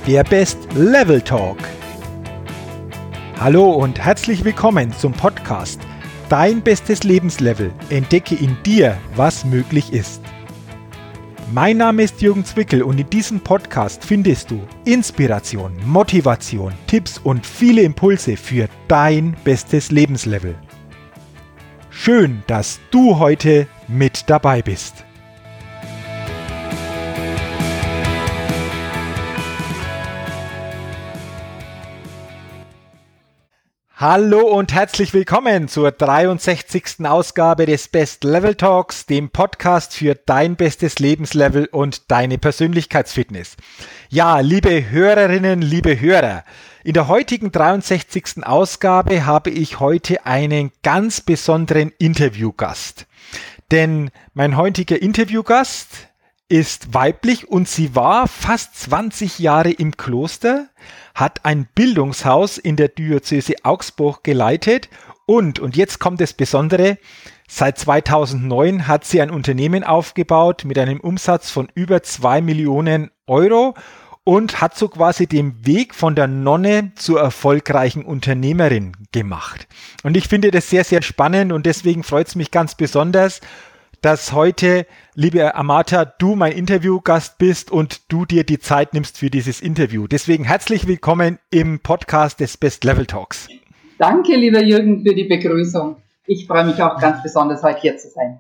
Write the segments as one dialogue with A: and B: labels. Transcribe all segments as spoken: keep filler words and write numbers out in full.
A: der Best Level Talk. Hallo und herzlich willkommen zum Podcast Dein bestes Lebenslevel. Entdecke in dir, was möglich ist. Mein Name ist Jürgen Zwickel und in diesem Podcast findest du Inspiration, Motivation, Tipps und viele Impulse für dein bestes Lebenslevel. Schön, dass du heute mit dabei bist. Hallo und herzlich willkommen zur dreiundsechzigsten Ausgabe des Best Level Talks, dem Podcast für dein bestes Lebenslevel und deine Persönlichkeitsfitness. Ja, liebe Hörerinnen, liebe Hörer, in der heutigen dreiundsechzigsten Ausgabe habe ich heute einen ganz besonderen Interviewgast. Denn mein heutiger Interviewgast ist weiblich und sie war fast zwanzig Jahre im Kloster, hat ein Bildungshaus in der Diözese Augsburg geleitet und, und jetzt kommt das Besondere, seit zweitausendneun hat sie ein Unternehmen aufgebaut mit einem Umsatz von über zwei Millionen Euro und hat so quasi den Weg von der Nonne zur erfolgreichen Unternehmerin gemacht. Und ich finde das sehr, sehr spannend und deswegen freut es mich ganz besonders, dass heute, liebe Amata, du mein Interviewgast bist und du dir die Zeit nimmst für dieses Interview. Deswegen herzlich willkommen im Podcast des Best Level Talks.
B: Danke, lieber Jürgen, für die Begrüßung. Ich freue mich auch ganz besonders, heute hier zu sein.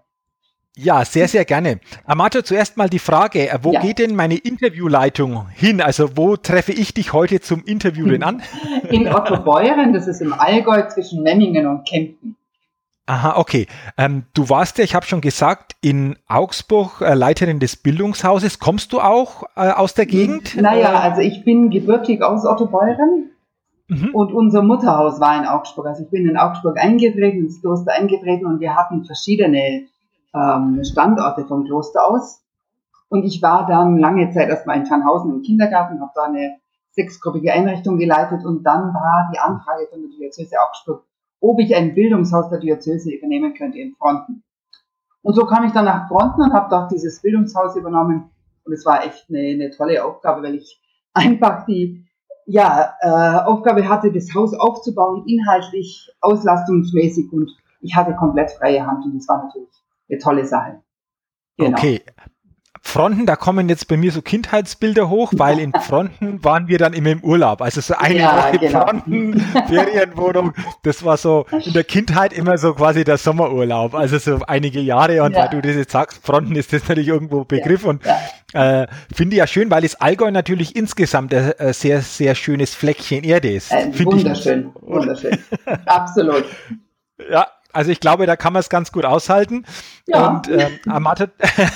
A: Ja, sehr, sehr gerne. Amata, zuerst mal die Frage, wo ja. geht denn meine Interviewleitung hin? Also wo treffe ich dich heute zum Interview denn an?
B: In Ottobeuren, das ist im Allgäu zwischen Memmingen und Kempten.
A: Aha, okay. Ähm, du warst ja, ich habe schon gesagt, in Augsburg äh, Leiterin des Bildungshauses. Kommst du auch äh, aus der Gegend?
B: Naja, also ich bin gebürtig aus Ottobeuren mhm. und unser Mutterhaus war in Augsburg. Also ich bin in Augsburg eingetreten, ins Kloster eingetreten und wir hatten verschiedene ähm, Standorte vom Kloster aus. Und ich war dann lange Zeit erstmal in Tannhausen im Kindergarten, habe da eine sechsgruppige Einrichtung geleitet und dann war die Anfrage von der Diözese Augsburg, ob ich ein Bildungshaus der Diözese übernehmen könnte in Pfronten. Und so kam ich dann nach Pfronten und habe dort dieses Bildungshaus übernommen. Und es war echt eine, eine tolle Aufgabe, weil ich einfach die ja, äh, Aufgabe hatte, das Haus aufzubauen, inhaltlich, auslastungsmäßig. Und ich hatte komplett freie Hand und das war natürlich eine tolle Sache.
A: Genau. Okay. Pfronten, da kommen jetzt bei mir so Kindheitsbilder hoch, weil in Pfronten waren wir dann immer im Urlaub. Also so eine
B: ja,
A: Woche
B: genau.
A: Pfronten, Ferienwohnung, das war so in der Kindheit immer so quasi der Sommerurlaub. Also so einige Jahre und ja. weil du das jetzt sagst, Pfronten ist das natürlich irgendwo Begriff ja, und ja. äh, finde ich ja schön, weil das Allgäu natürlich insgesamt ein, ein sehr, sehr schönes Fleckchen Erde ist.
B: Äh, wunderschön, ich. wunderschön. Absolut.
A: Ja. Also ich glaube, da kann man es ganz gut aushalten. Ja. Und ähm, Amata,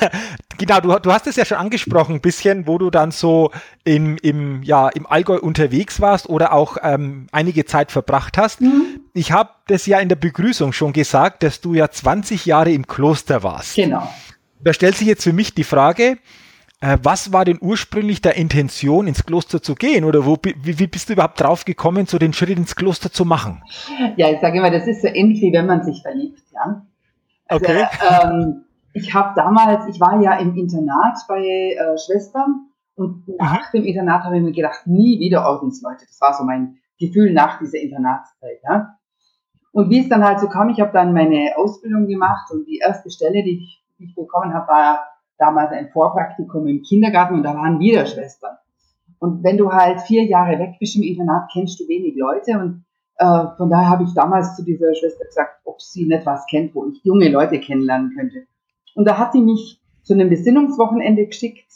A: genau, du, du hast es ja schon angesprochen, ein bisschen, wo du dann so im, im, ja, im Allgäu unterwegs warst oder auch ähm, einige Zeit verbracht hast. Mhm. Ich habe das ja in der Begrüßung schon gesagt, dass du ja zwanzig Jahre im Kloster warst.
B: Genau.
A: Da stellt sich jetzt für mich die Frage, äh, was war denn ursprünglich der Intention, ins Kloster zu gehen? Oder wo, wie, wie bist du überhaupt drauf gekommen, so den Schritt ins Kloster zu machen?
B: Ja, ich sage immer, das ist so ähnlich wie wenn man sich verliebt. Ja? Also,
A: okay.
B: Ähm, ich habe damals, ich war ja im Internat bei äh, Schwestern und nach mhm. dem Internat habe ich mir gedacht, nie wieder Ordensleute. Das war so mein Gefühl nach dieser Internatszeit. Ja? Und wie es dann halt so kam, ich habe dann meine Ausbildung gemacht und die erste Stelle, die ich, die ich bekommen habe, war damals ein Vorpraktikum im Kindergarten und da waren wieder Schwestern. Und wenn du halt vier Jahre weg bist im Internat, kennst du wenig Leute und äh, von daher habe ich damals zu dieser Schwester gesagt, ob sie nicht was kennt, wo ich junge Leute kennenlernen könnte. Und da hat sie mich zu einem Besinnungswochenende geschickt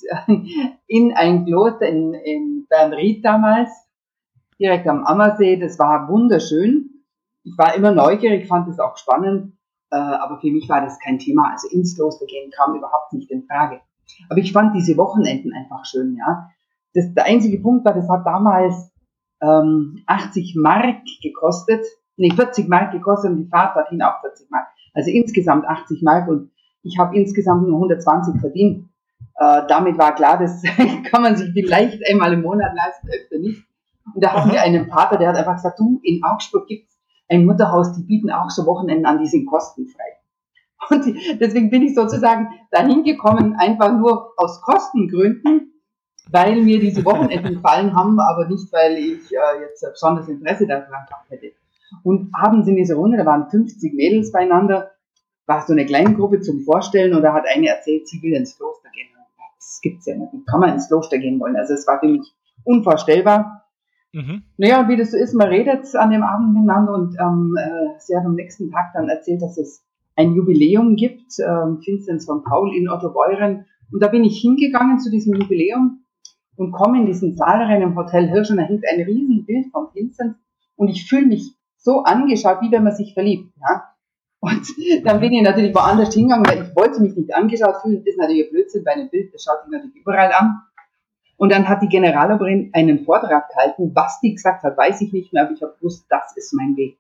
B: in ein Kloster in, in Bernried damals, direkt am Ammersee. Das war wunderschön. Ich war immer neugierig, fand es auch spannend. Aber für mich war das kein Thema. Also ins Kloster gehen kam überhaupt nicht in Frage. Aber ich fand diese Wochenenden einfach schön, ja. Das, der einzige Punkt war, das hat damals ähm, achtzig Mark gekostet. Nee, vierzig Mark gekostet und die Fahrt dorthin auch vierzig Mark. Also insgesamt achtzig Mark und ich habe insgesamt nur hundertzwanzig verdient. Äh, damit war klar, das kann man sich vielleicht einmal im Monat leisten, öfter nicht. Und da hatten wir einen Pater, der hat einfach gesagt, du, in Augsburg gibt's ein Mutterhaus, die bieten auch so Wochenenden an, die sind kostenfrei. Und deswegen bin ich sozusagen dahin gekommen, einfach nur aus Kostengründen, weil mir diese Wochenenden gefallen haben, aber nicht, weil ich äh, jetzt besonders Interesse daran gehabt hätte. Und abends in dieser Runde, da waren fünfzig Mädels beieinander, war so eine kleine Gruppe zum Vorstellen und da hat eine erzählt, sie will ins Kloster gehen. Das gibt's ja nicht, wie kann man ins Kloster gehen wollen? Also es war für mich unvorstellbar. Mhm. Naja, wie das so ist, man redet an dem Abend miteinander und ähm, äh, sie hat am nächsten Tag dann erzählt, dass es ein Jubiläum gibt, ähm, Vinzenz von Paul in Ottobeuren. Und da bin ich hingegangen zu diesem Jubiläum und komme in diesen Saal rein im Hotel Hirsch und da hängt ein Riesenbild von Vinzenz und ich fühle mich so angeschaut, wie wenn man sich verliebt. Ja? Und dann bin ich natürlich woanders hingegangen, weil ich wollte mich nicht angeschaut fühlen. Das ist natürlich ein Blödsinn bei einem Bild, das schaut sich natürlich überall an. Und dann hat die Generaloberin einen Vortrag gehalten. Was die gesagt hat, weiß ich nicht mehr, aber ich habe gewusst, das ist mein Weg.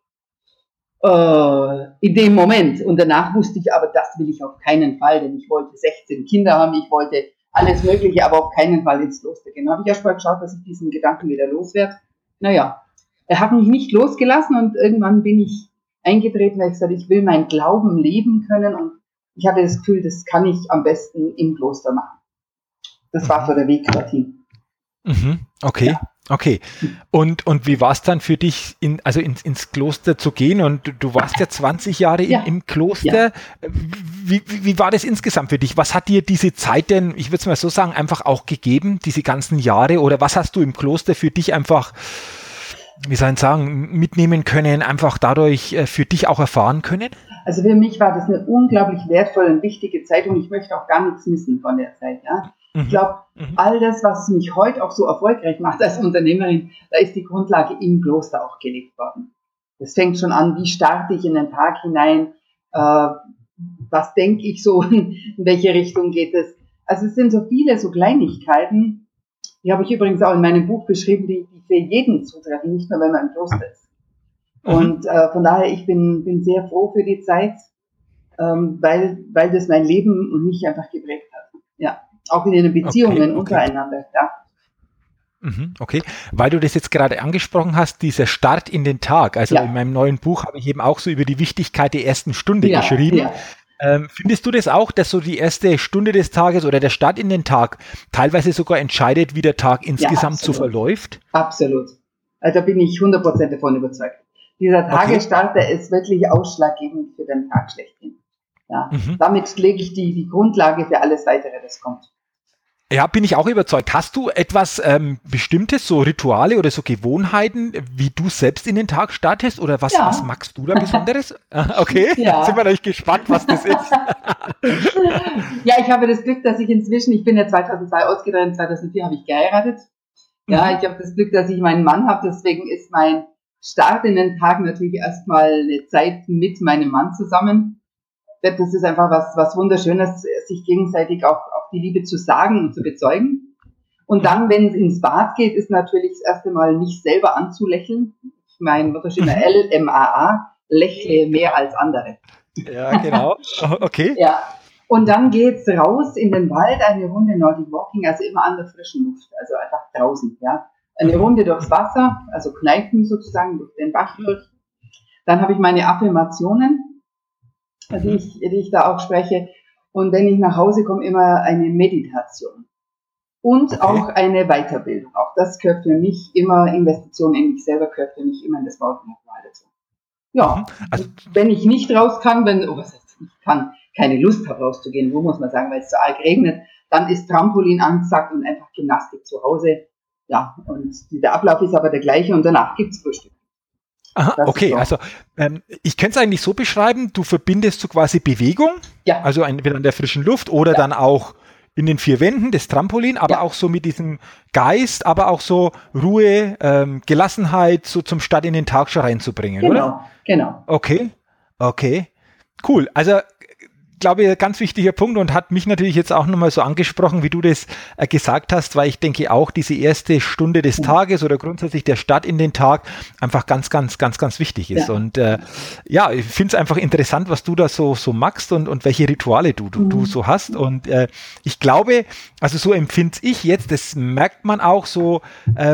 B: Äh, in dem Moment. Und danach wusste ich aber, das will ich auf keinen Fall, denn ich wollte sechzehn Kinder haben, ich wollte alles Mögliche, aber auf keinen Fall ins Kloster gehen. Da habe ich erst mal geschaut, dass ich diesen Gedanken wieder loswerde. Naja, er hat mich nicht losgelassen und irgendwann bin ich eingetreten, weil ich gesagt habe, ich will meinen Glauben leben können und ich hatte das Gefühl, das kann ich am besten im Kloster machen. Das war so der Weg dorthin.
A: Mhm. Okay, ja. okay. Und, und wie war es dann für dich, in, also ins, ins Kloster zu gehen? Und du, du warst ja zwanzig Jahre ja. im, im Kloster. Ja. Wie, wie, wie war das insgesamt für dich? Was hat dir diese Zeit denn, ich würde es mal so sagen, einfach auch gegeben, diese ganzen Jahre? Oder was hast du im Kloster für dich einfach, wie soll ich sagen, mitnehmen können, einfach dadurch für dich auch erfahren können?
B: Also für mich war das eine unglaublich wertvolle und wichtige Zeit und ich möchte auch gar nichts missen von der Zeit. Ja? Ich glaube, mhm. all das, was mich heute auch so erfolgreich macht als Unternehmerin, da ist die Grundlage im Kloster auch gelegt worden. Das fängt schon an, wie starte ich in den Tag hinein, äh, was denke ich so, in welche Richtung geht es. Also es sind so viele so Kleinigkeiten, die habe ich übrigens auch in meinem Buch beschrieben, die, die für jeden zutreffen, nicht nur wenn man im Kloster ist. Mhm. Und äh, von daher, ich bin, bin sehr froh für die Zeit, ähm, weil, weil das mein Leben und mich einfach geprägt hat. Ja. Auch in den Beziehungen okay, okay. untereinander, ja.
A: Okay, weil du das jetzt gerade angesprochen hast, dieser Start in den Tag, also ja. in meinem neuen Buch habe ich eben auch so über die Wichtigkeit der ersten Stunde ja, geschrieben. Ja. Ähm, findest du das auch, dass so die erste Stunde des Tages oder der Start in den Tag teilweise sogar entscheidet, wie der Tag insgesamt ja, so verläuft?
B: Absolut. Also da bin ich hundert Prozent davon überzeugt. Dieser Tagesstart, der ist wirklich ausschlaggebend für den Tag schlechthin. Ja, mhm. Damit lege ich die, die Grundlage für alles Weitere, das kommt.
A: Ja, bin ich auch überzeugt. Hast du etwas ähm, Bestimmtes, so Rituale oder so Gewohnheiten, wie du selbst in den Tag startest? Oder was, ja. was magst du da Besonderes? Okay, ja. Jetzt sind wir natürlich gespannt, was das ist.
B: Ja, ich habe das Glück, dass ich inzwischen, ich bin ja zweitausendzwei ausgetreten, zweitausendvier habe ich geheiratet. Ja, mhm. ich habe das Glück, dass ich meinen Mann habe, deswegen ist mein Start in den Tag natürlich erstmal eine Zeit mit meinem Mann zusammen. Das ist einfach was, was Wunderschönes, sich gegenseitig auch, auch die Liebe zu sagen und zu bezeugen. Und dann, wenn es ins Bad geht, ist natürlich das erste Mal mich selber anzulächeln. Ich meine, wunderschöner L M A A, lächle mehr als andere.
A: Ja, genau. Okay.
B: Ja. Und dann geht's raus in den Wald, eine Runde Nordic Walking, also immer an der frischen Luft, also einfach draußen, ja. Eine Runde durchs Wasser, also Kneipen sozusagen, durch den Bach durch. Dann habe ich meine Affirmationen, die ich, die ich da auch spreche. Und wenn ich nach Hause komme, immer eine Meditation. Und okay. auch eine Weiterbildung. Auch das gehört für mich immer, Investition in mich selber gehört für mich immer in das Morgenritual dazu. Ja, also, wenn ich nicht raus kann, wenn, oh, was heißt, ich kann, keine Lust habe rauszugehen, wo muss man sagen, weil es so arg regnet, dann ist Trampolin angesagt und einfach Gymnastik zu Hause. Ja, und der Ablauf ist aber der gleiche und danach gibt's Frühstück.
A: Aha, das okay, so. also ähm, ich könnte es eigentlich so beschreiben, du verbindest so quasi Bewegung, ja. also entweder an der frischen Luft oder ja. dann auch in den vier Wänden, das Trampolin, aber ja. auch so mit diesem Geist, aber auch so Ruhe, ähm, Gelassenheit so zum Start in den Tag schon reinzubringen,
B: genau,
A: oder?
B: Genau, genau.
A: Okay, okay, cool, also glaube ich, ganz wichtiger Punkt und hat mich natürlich jetzt auch nochmal so angesprochen, wie du das äh, gesagt hast, weil ich denke auch diese erste Stunde des Tages oder grundsätzlich der Start in den Tag einfach ganz, ganz, ganz, ganz wichtig ist. Ja. Und äh, ja, ich finde es einfach interessant, was du da so, so magst und, und welche Rituale du, du, mhm. du so hast. Und äh, ich glaube, also so empfinde ich jetzt, das merkt man auch so, ähm,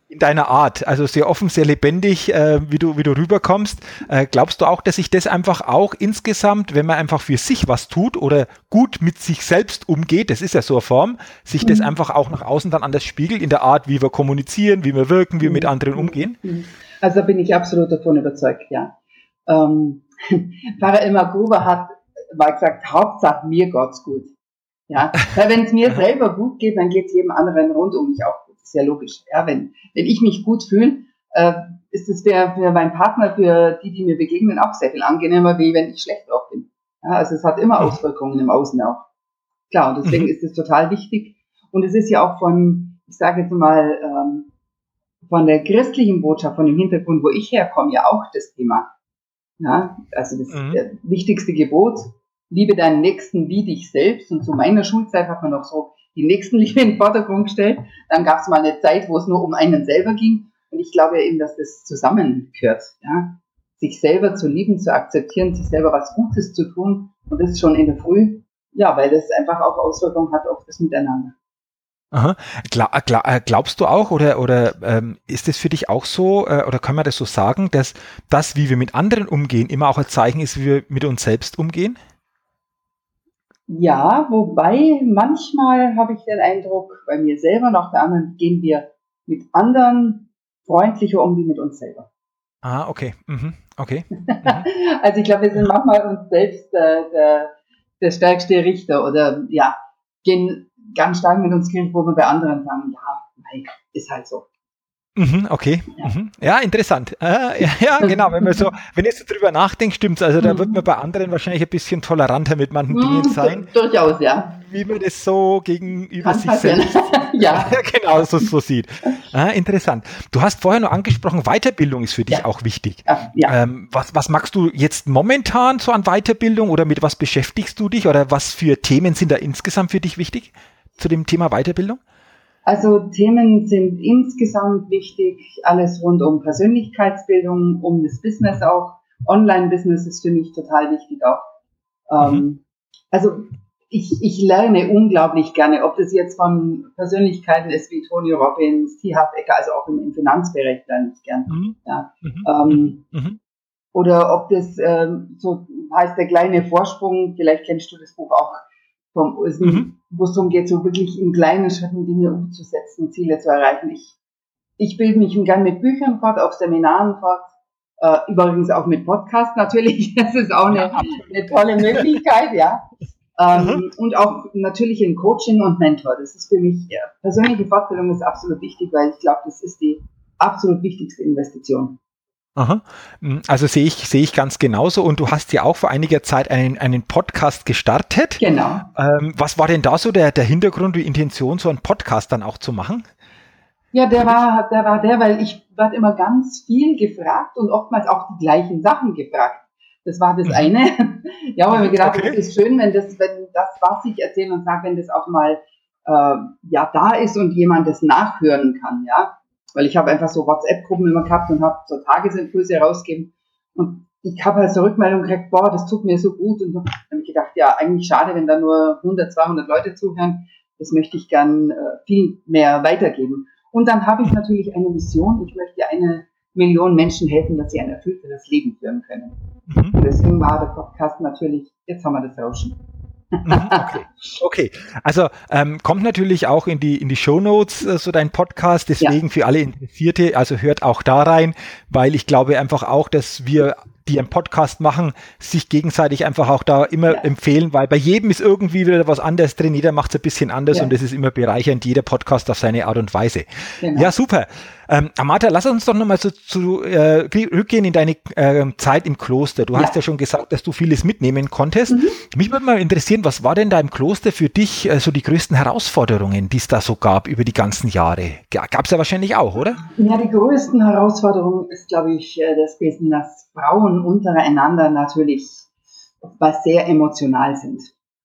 A: in deiner Art, also sehr offen, sehr lebendig, äh, wie du wie du rüberkommst. Äh, glaubst du auch, dass sich das einfach auch insgesamt, wenn man einfach für sich was tut oder gut mit sich selbst umgeht, das ist ja so eine Form, sich das einfach auch nach außen dann anders spiegelt in der Art, wie wir kommunizieren, wie wir wirken, wie wir mit anderen umgehen?
B: Also da bin ich absolut davon überzeugt, ja. Ähm, Pfarrer Elmar Gruber hat mal gesagt, Hauptsache mir geht's gut. Ja, weil wenn es mir selber gut geht, dann geht es jedem anderen rund um mich auch gut. Das ist ja logisch. Ja, wenn, wenn ich mich gut fühle, äh, ist es für, für meinen Partner, für die, die mir begegnen, auch sehr viel angenehmer, wie wenn ich schlecht drauf bin. Ja, also es hat immer Auswirkungen im Außen auch. Klar, und deswegen mhm. ist es total wichtig. Und es ist ja auch von, ich sage jetzt mal, ähm, von der christlichen Botschaft, von dem Hintergrund, wo ich herkomme, ja auch das Thema. Ja, also das mhm. der wichtigste Gebot, liebe deinen Nächsten wie dich selbst. Und zu meiner Schulzeit hat man noch so die Nächstenliebe in den Vordergrund gestellt. Dann gab es mal eine Zeit, wo es nur um einen selber ging. Und ich glaube ja eben, dass das zusammengehört. Ja? Sich selber zu lieben, zu akzeptieren, sich selber was Gutes zu tun. Und das schon in der Früh. Ja, weil das einfach auch Auswirkungen hat auf das Miteinander.
A: Aha. Gla gla glaubst du auch oder, oder ähm, ist es für dich auch so äh, oder kann man das so sagen, dass das, wie wir mit anderen umgehen, immer auch ein Zeichen ist, wie wir mit uns selbst umgehen?
B: Ja, wobei manchmal habe ich den Eindruck, bei mir selber und auch bei anderen, gehen wir mit anderen freundlicher um wie mit uns selber.
A: Ah, okay. Mhm. Okay. Mhm.
B: Also ich glaube, wir sind manchmal uns selbst äh, der, der stärkste Richter oder ja, gehen ganz stark mit uns gehen, wo wir bei anderen sagen, ja, nein, ist halt so.
A: Mhm, okay. Ja. Mhm. Ja, interessant. Äh, ja, ja, genau. Wenn man so, wenn ich so drüber nachdenke, stimmt's. Also da wird man bei anderen wahrscheinlich ein bisschen toleranter mit manchen mhm, Dingen sein.
B: Durchaus, ja.
A: Wie man das so gegenüber
B: Kann
A: sich
B: passieren.
A: selbst
B: ja.
A: genau so, so sieht. Ah, interessant. Du hast vorher noch angesprochen, Weiterbildung ist für dich ja. auch wichtig. Ja. Ja. Ähm, was, was magst du jetzt momentan so an Weiterbildung oder mit was beschäftigst du dich oder was für Themen sind da insgesamt für dich wichtig zu dem Thema Weiterbildung?
B: Also Themen sind insgesamt wichtig, alles rund um Persönlichkeitsbildung, um das Business auch. Online-Business ist für mich total wichtig auch. Mhm. Ähm, also ich, ich lerne unglaublich gerne, ob das jetzt von Persönlichkeiten ist wie Tony Robbins, T. Harv Eker, also auch im, im Finanzbereich lerne ich gern. Mhm. Ja. Mhm. Ähm, mhm. Oder ob das ähm, so heißt, der kleine Vorsprung, vielleicht kennst du das Buch auch, vom, ist ein, mhm. wo es darum geht, so wirklich in kleinen Schritten Dinge umzusetzen, Ziele zu erreichen. Ich, ich bilde mich gern mit Büchern fort, auf Seminaren fort, äh, übrigens auch mit Podcasts natürlich, das ist auch eine, eine tolle Möglichkeit, ja. Ähm, mhm. Und auch natürlich in Coaching und Mentor. Das ist für mich, ja, persönliche Fortbildung ist absolut wichtig, weil ich glaube, das ist die absolut wichtigste Investition.
A: Aha. Also sehe ich, sehe ich ganz genauso. Und du hast ja auch vor einiger Zeit einen, einen Podcast gestartet.
B: Genau.
A: Ähm, was war denn da so der, der Hintergrund, die Intention, so einen Podcast dann auch zu machen?
B: Ja, der war, der war der, weil ich werde immer ganz viel gefragt und oftmals auch die gleichen Sachen gefragt. Das war das eine. Ja, aber mir gedacht, okay. Es ist schön, wenn das, wenn das, was ich erzähle und sage, wenn das auch mal äh, ja da ist und jemand das nachhören kann, ja. Weil ich habe einfach so WhatsApp-Gruppen immer gehabt und habe so Tagesimpulse herausgegeben. Und ich habe halt so Rückmeldung gekriegt, boah, das tut mir so gut. Und so habe ich gedacht, ja, eigentlich schade, wenn da nur hundert, zweihundert Leute zuhören. Das möchte ich gern äh, viel mehr weitergeben. Und dann habe ich natürlich eine Mission. Ich möchte eine Million Menschen helfen, dass sie ein erfüllteres Leben führen können. Mhm. Und deswegen war der Podcast natürlich, jetzt haben wir das Rauschen.
A: Okay. Okay, also ähm, kommt natürlich auch in die in die Shownotes äh, so dein Podcast, deswegen ja. Für alle Interessierte, also hört auch da rein, weil ich glaube einfach auch, dass wir, die einen Podcast machen, sich gegenseitig einfach auch da immer ja. empfehlen, weil bei jedem ist irgendwie wieder was anderes drin, jeder macht es ein bisschen anders ja. Und es ist immer bereichernd, jeder Podcast auf seine Art und Weise. Genau. Ja, super. Ähm, Amata, lass uns doch nochmal so zu äh, rückgehen in deine äh, Zeit im Kloster. Du ja. hast ja schon gesagt, dass du vieles mitnehmen konntest. Mhm. Mich würde mal interessieren, was war denn da im Kloster für dich äh, so die größten Herausforderungen, die es da so gab über die ganzen Jahre? Gab es ja wahrscheinlich auch, oder?
B: Ja, die größten Herausforderungen ist, glaube ich, das gewesen, dass Frauen untereinander natürlich was sehr emotional sind.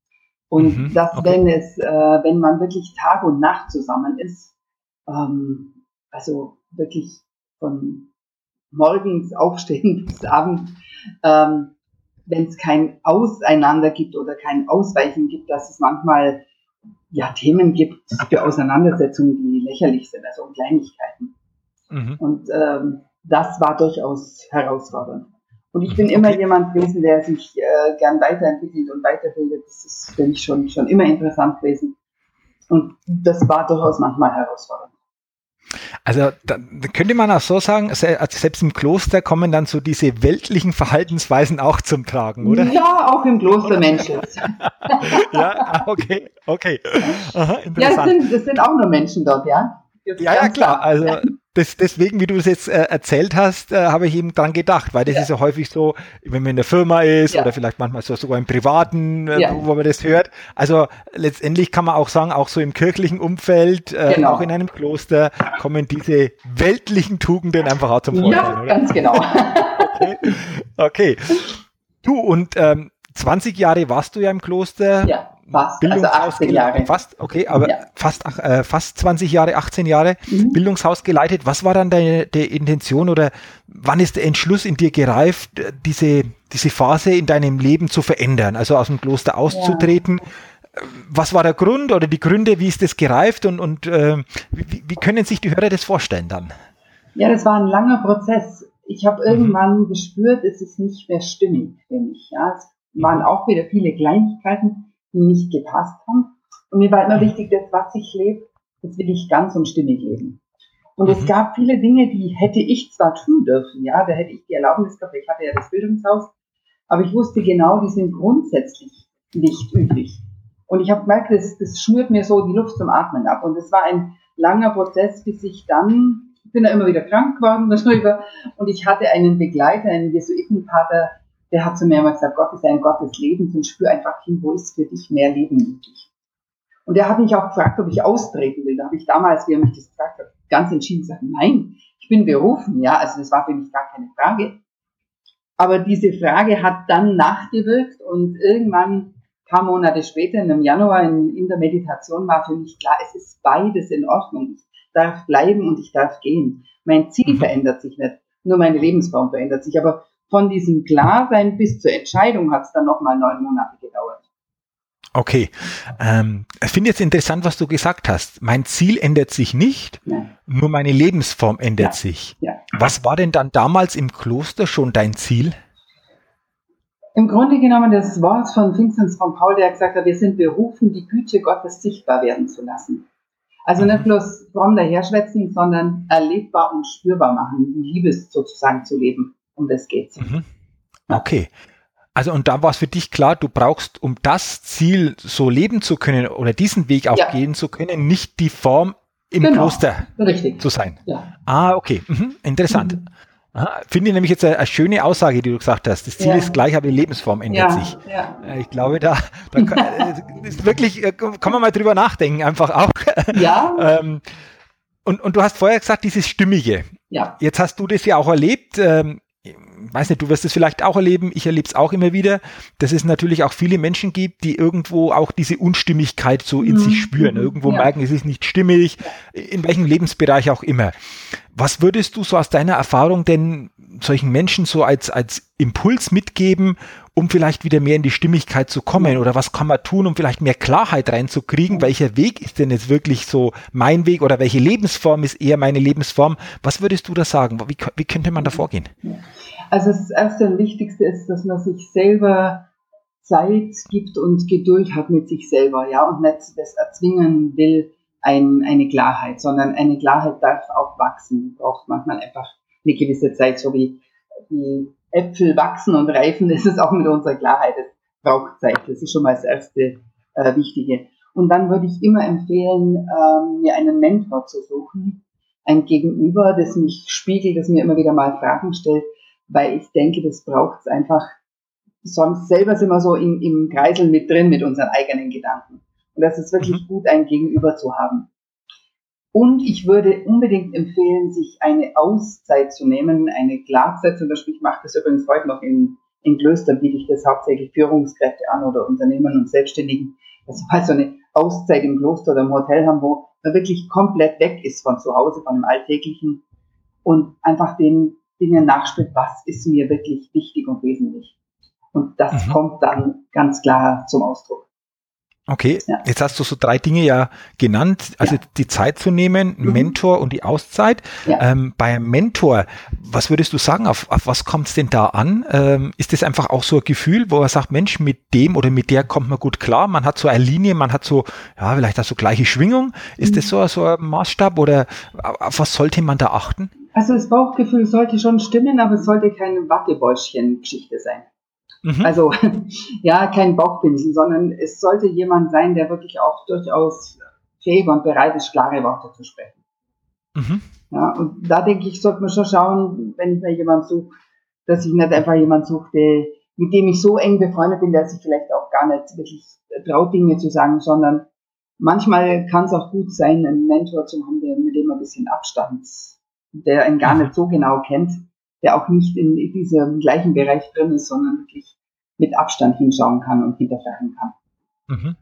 B: Und mhm. dass, okay. wenn es, äh, wenn man wirklich Tag und Nacht zusammen ist, ähm, also wirklich von morgens aufstehen bis abends, ähm, wenn es kein Auseinander gibt oder kein Ausweichen gibt, dass es manchmal ja Themen gibt für Auseinandersetzungen, die lächerlich sind, also Kleinigkeiten.
A: Mhm.
B: Und ähm, das war durchaus herausfordernd. Und ich bin immer
A: Okay.
B: jemand gewesen, der sich äh, gern weiterentwickelt und weiterbildet. Das ist für mich schon, schon immer interessant gewesen. Und das war durchaus manchmal herausfordernd.
A: Also da, da könnte man auch so sagen, se- also selbst im Kloster kommen dann so diese weltlichen Verhaltensweisen auch zum Tragen, oder?
B: Ja, auch im Kloster Menschen.
A: Ja, ah, okay, okay. Aha,
B: Ja, es
A: interessant.
B: sind, es sind auch nur Menschen dort, ja. Das ist
A: Ja, ja,
B: ganz
A: klar.
B: klar.
A: Also das, deswegen, wie du es jetzt äh, erzählt hast, äh, habe ich eben dran gedacht, weil das
B: Ja,
A: ist ja häufig so, wenn man in der Firma ist oder
B: ja,
A: vielleicht manchmal so sogar im Privaten, äh,
B: ja,
A: wo wo man das hört. Also letztendlich kann man auch sagen, auch so im kirchlichen Umfeld, äh, auch in
B: genau.
A: einem Kloster, kommen diese weltlichen Tugenden einfach auch zum Vorschein,
B: Ja,
A: oder?
B: ganz genau.
A: Okay. Okay. Du, und ähm, zwanzig Jahre warst du ja im Kloster,
B: Ja, fast. Also
A: Bildungshaus
B: achtzehn
A: geleitet,
B: Jahre.
A: fast, okay, aber
B: Ja.
A: fast, ach, äh, fast zwanzig Jahre, achtzehn Jahre
B: Mhm.
A: Bildungshaus geleitet. Was war dann deine, die Intention oder wann ist der Entschluss in dir gereift, äh, diese, diese Phase in deinem Leben zu verändern, also aus dem Kloster
B: Ja.
A: auszutreten? Was war der Grund oder die Gründe, wie ist das gereift und, und äh, wie, wie können sich die Hörer das vorstellen dann?
B: Ja, das war ein langer Prozess. Ich habe
A: Mhm.
B: irgendwann gespürt, es ist nicht mehr stimmig für mich. Ja, es waren
A: Mhm.
B: auch wieder viele Kleinigkeiten, die nicht gepasst haben. Und mir war immer
A: Mhm.
B: wichtig, das, was ich lebe, das will ich ganz und stimmig leben. Und es
A: Mhm.
B: gab viele Dinge, die hätte ich zwar tun dürfen, ja, da hätte ich die Erlaubnis gehabt, ich hatte ja das Bildungshaus, aber ich wusste genau, die sind grundsätzlich nicht üblich. Und ich habe gemerkt, das, das schnürt mir so die Luft zum Atmen ab. Und es war ein langer Prozess, bis ich dann, ich bin da immer wieder krank geworden darüber, und ich hatte einen Begleiter, einen Jesuitenpater, der hat zu mir immer gesagt, Gott ist ein Gott des Lebens und spür einfach hin, wo ist für dich mehr Leben möglich. Und er hat mich auch gefragt, ob ich austreten will. Da habe ich damals, wie er mich das gefragt hat, ganz entschieden gesagt, nein, ich bin berufen, ja, also das war für mich gar keine Frage. Aber diese Frage hat dann nachgewirkt und irgendwann, ein paar Monate später, im Januar in, in der Meditation, war für mich klar, es ist beides in Ordnung. Ich darf bleiben und ich darf gehen. Mein Ziel
A: Mhm.
B: verändert sich nicht, nur meine Lebensform verändert sich. Aber von diesem Klarsein bis zur Entscheidung hat es dann nochmal neun Monate gedauert.
A: Okay. Ähm, ich finde jetzt interessant, was du gesagt hast. Mein Ziel ändert sich nicht,
B: Ja,
A: nur meine Lebensform ändert
B: ja,
A: sich.
B: ja.
A: Was war denn dann damals im Kloster schon dein Ziel?
B: Im Grunde genommen das Wort von Vinzenz von Paul, der gesagt hat, wir sind berufen, die Güte Gottes sichtbar werden zu lassen. Also nicht
A: Mhm.
B: bloß fromm daherschwätzen, sondern erlebbar und spürbar machen, die Liebe sozusagen zu leben. Um das geht's.
A: Mhm.
B: Ja,
A: Okay. Also und da war es für dich klar, du brauchst, um das Ziel so leben zu können oder diesen Weg auch
B: ja,
A: gehen zu können, nicht die Form im
B: genau.
A: Kloster
B: Richtig.
A: zu sein.
B: Ja.
A: Ah, okay. Mhm. Interessant.
B: Mhm.
A: Aha. Finde ich nämlich jetzt eine, eine schöne Aussage, die du gesagt hast. Das Ziel ist
B: Ja,
A: gleich, aber die Lebensform ändert sich.
B: ja, ja.
A: Äh, Ich glaube, da, da kann, äh, ist wirklich, äh, kann man mal drüber nachdenken, einfach auch.
B: Ja,
A: ähm, und, und du hast vorher gesagt, dieses Stimmige.
B: ja.
A: Jetzt hast du das ja auch erlebt. Ähm, ich weiß nicht, du wirst es vielleicht auch erleben. Ich erlebe es auch immer wieder, dass es natürlich auch viele Menschen gibt, die irgendwo auch diese Unstimmigkeit so in sich
B: Mhm.
A: spüren.
B: Mhm.
A: Irgendwo
B: Ja.
A: merken, es ist nicht stimmig, in welchem Lebensbereich auch immer. Was würdest du so aus deiner Erfahrung denn solchen Menschen so als, als Impuls mitgeben, um vielleicht wieder mehr in die Stimmigkeit zu kommen?
B: Ja.
A: Oder was kann man tun, um vielleicht mehr Klarheit reinzukriegen?
B: Ja.
A: Welcher Weg ist denn jetzt wirklich so mein Weg oder welche Lebensform ist eher meine Lebensform? Was würdest du da sagen? Wie, wie könnte man da vorgehen?
B: Also das Erste und Wichtigste ist, dass man sich selber Zeit gibt und Geduld hat mit sich selber, ja, und nicht das erzwingen will, ein, eine Klarheit, sondern eine Klarheit darf auch wachsen, braucht manchmal einfach eine gewisse Zeit, so wie die Äpfel wachsen und reifen, das ist auch mit unserer Klarheit, es braucht Zeit, das ist schon mal das erste äh, Wichtige. Und dann würde ich immer empfehlen, ähm, mir einen Mentor zu suchen, ein Gegenüber, das mich spiegelt, das mir immer wieder mal Fragen stellt, weil ich denke, das braucht es einfach. Sonst selber sind wir so im, im Kreisel mit drin mit unseren eigenen Gedanken. Und das ist wirklich
A: Mhm.
B: gut, ein Gegenüber zu haben. Und ich würde unbedingt empfehlen, sich eine Auszeit zu nehmen, eine Klarzeit zum Beispiel. Ich mache das übrigens heute noch in, in Klöstern, biete ich das hauptsächlich Führungskräfte an oder Unternehmern und Selbstständigen, dass sie mal so eine Auszeit im Kloster oder im Hotel haben, wo man wirklich komplett weg ist von zu Hause, von dem Alltäglichen und einfach den Dingen nachspürt, was ist mir wirklich wichtig und wesentlich. Und das
A: Mhm.
B: kommt dann ganz klar zum Ausdruck.
A: Okay,
B: Ja.
A: jetzt hast du so drei Dinge ja genannt, also
B: Ja.
A: die Zeit zu nehmen,
B: Mhm.
A: Mentor und die Auszeit.
B: Ja.
A: Ähm, bei einem Mentor, was würdest du sagen, auf, auf was kommt es denn da an? Ähm, ist das einfach auch so ein Gefühl, wo er sagt, Mensch, mit dem oder mit der kommt man gut klar, man hat so eine Linie, man hat so, ja, vielleicht auch so gleiche Schwingung. Ist das
B: Mhm.
A: so, so ein Maßstab oder auf was sollte man da achten?
B: Also das Bauchgefühl sollte schon stimmen, aber es sollte keine Wattebäuschen-Geschichte sein.
A: Mhm.
B: Also ja, kein Bauchpinsel, sondern es sollte jemand sein, der wirklich auch durchaus fähig und bereit ist, klare Worte zu sprechen.
A: Mhm.
B: Ja, und da denke ich, sollte man schon schauen, wenn ich mir jemanden suche, dass ich nicht einfach jemanden suche, der, mit dem ich so eng befreundet bin, dass ich vielleicht auch gar nicht wirklich traut, Dinge zu sagen, sondern manchmal kann es auch gut sein, einen Mentor zu haben, der, mit dem man ein bisschen Abstand, der einen gar
A: Mhm.
B: nicht so genau kennt, der auch nicht in diesem gleichen Bereich drin ist, sondern wirklich mit Abstand hinschauen kann und hinterfragen kann.
A: Mhm.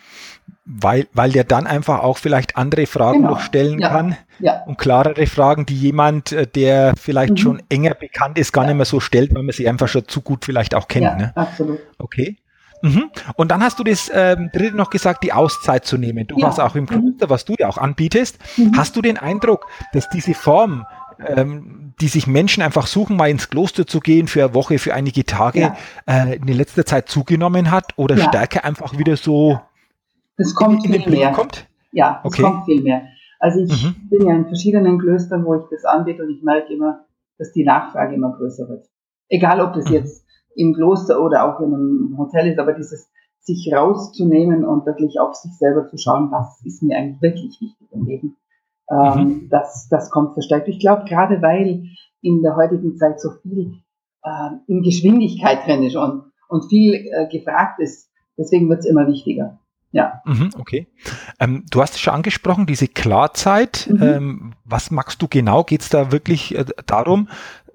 A: Weil, weil der dann einfach auch vielleicht andere Fragen
B: Genau.
A: noch stellen
B: Ja.
A: kann
B: Ja.
A: und klarere Fragen, die jemand, äh, der vielleicht
B: Mhm.
A: schon enger bekannt ist, gar
B: Ja.
A: nicht mehr so stellt, weil man sie einfach schon zu gut vielleicht auch kennt.
B: Ja,
A: Ne?
B: absolut.
A: Okay. Mhm. Und dann hast du das ähm, dritte noch gesagt, die Auszeit zu nehmen. Du
B: Ja.
A: warst auch im
B: Mhm.
A: Kloster, was du ja auch anbietest.
B: Mhm.
A: Hast du den Eindruck, dass diese Form, ähm, die sich Menschen einfach suchen, mal ins Kloster zu gehen für eine Woche, für einige Tage,
B: Ja.
A: äh, in letzter Zeit zugenommen hat oder
B: Ja.
A: stärker einfach wieder so
B: Ja. Das
A: in,
B: kommt
A: in den
B: viel
A: Blick
B: mehr.
A: kommt?
B: Ja, das
A: Okay.
B: kommt viel mehr. Also ich
A: Mhm.
B: bin ja in verschiedenen Klöstern, wo ich das anbiete und ich merke immer, dass die Nachfrage immer größer wird. Egal, ob das
A: Mhm.
B: jetzt im Kloster oder auch in einem Hotel ist, aber dieses sich rauszunehmen und wirklich auf sich selber zu schauen, was ist mir eigentlich wirklich wichtig im Leben, ähm,
A: Mhm.
B: das, das kommt verstärkt. Ich glaube, gerade weil in der heutigen Zeit so viel äh, in Geschwindigkeit drin ist und, und viel äh, gefragt ist, deswegen wird es immer wichtiger. Ja.
A: Mhm, okay. Ähm, du hast es schon angesprochen, diese Klarzeit.
B: Mhm.
A: Ähm, was magst du genau? Geht es da wirklich äh, darum,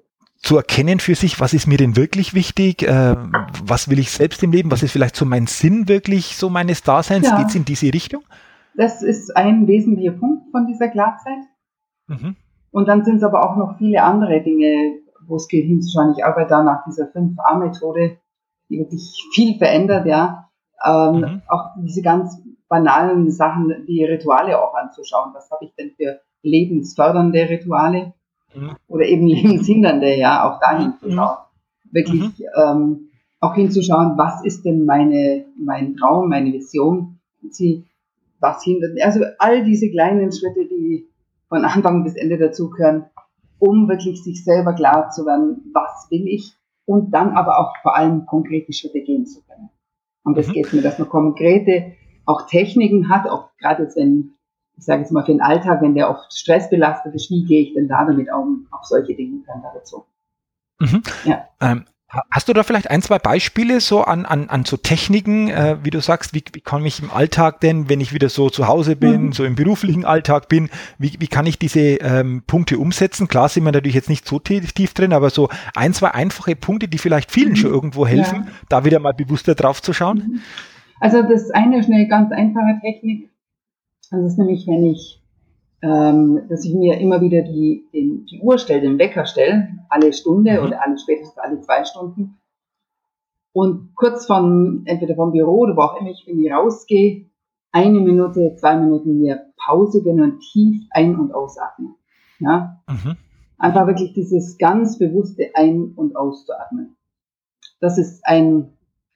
A: zu erkennen für sich, was ist mir denn wirklich wichtig? Äh, was will ich selbst im Leben? Was ist vielleicht so mein Sinn wirklich so meines Daseins? Geht es
B: Ja,
A: in diese Richtung?
B: das ist ein wesentlicher Punkt von dieser Klarzeit.
A: Mhm.
B: Und dann sind es aber auch noch viele andere Dinge, wo es geht hinzuschauen. Ich arbeite da nach dieser fünf A Methode, die wirklich viel verändert, ja. Ähm,
A: Mhm.
B: auch diese ganz banalen Sachen, die Rituale auch anzuschauen. Was habe ich denn für lebensfördernde Rituale
A: Mhm.
B: oder eben lebenshindernde, ja, auch dahin zu
A: Mhm.
B: schauen. Wirklich
A: Mhm.
B: ähm, auch hinzuschauen, was ist denn meine, mein Traum, meine Vision, sie, was hindert, also all diese kleinen Schritte, die von Anfang bis Ende dazugehören, um wirklich sich selber klar zu werden, was will ich und dann aber auch vor allem konkrete Schritte gehen zu können. Und das
A: Mhm.
B: geht mir, dass man konkrete auch Techniken hat, auch gerade jetzt, wenn, ich sage jetzt mal für den Alltag, wenn der oft stressbelastet ist, wie gehe ich denn da damit um, auf solche Dinge dann dazu.
A: Mhm.
B: Ja.
A: Ähm, ha- hast du da vielleicht ein, zwei Beispiele so an, an, an so Techniken, äh, wie du sagst, wie, wie kann ich im Alltag denn, wenn ich wieder so zu Hause bin,
B: Mhm.
A: so im beruflichen Alltag bin, wie, wie kann ich diese ähm, Punkte umsetzen? Klar sind wir natürlich jetzt nicht so tief, tief drin, aber so ein, zwei einfache Punkte, die vielleicht vielen schon
B: Mhm.
A: irgendwo helfen,
B: Ja.
A: da wieder mal bewusster drauf zu schauen.
B: Mhm. Also das eine ist eine ganz einfache Technik. Das ist nämlich, wenn ich, ähm, dass ich mir immer wieder die, den, die Uhr stelle, den Wecker stelle, alle Stunde
A: Mhm.
B: oder alle spätestens alle zwei Stunden. Und kurz von, entweder vom Büro oder wo auch immer ich, wenn ich rausgehe, eine Minute, zwei Minuten mir Pause gönnen und tief ein- und ausatmen. Ja?
A: Mhm.
B: Einfach wirklich dieses ganz bewusste Ein- und Auszuatmen. Das ist ein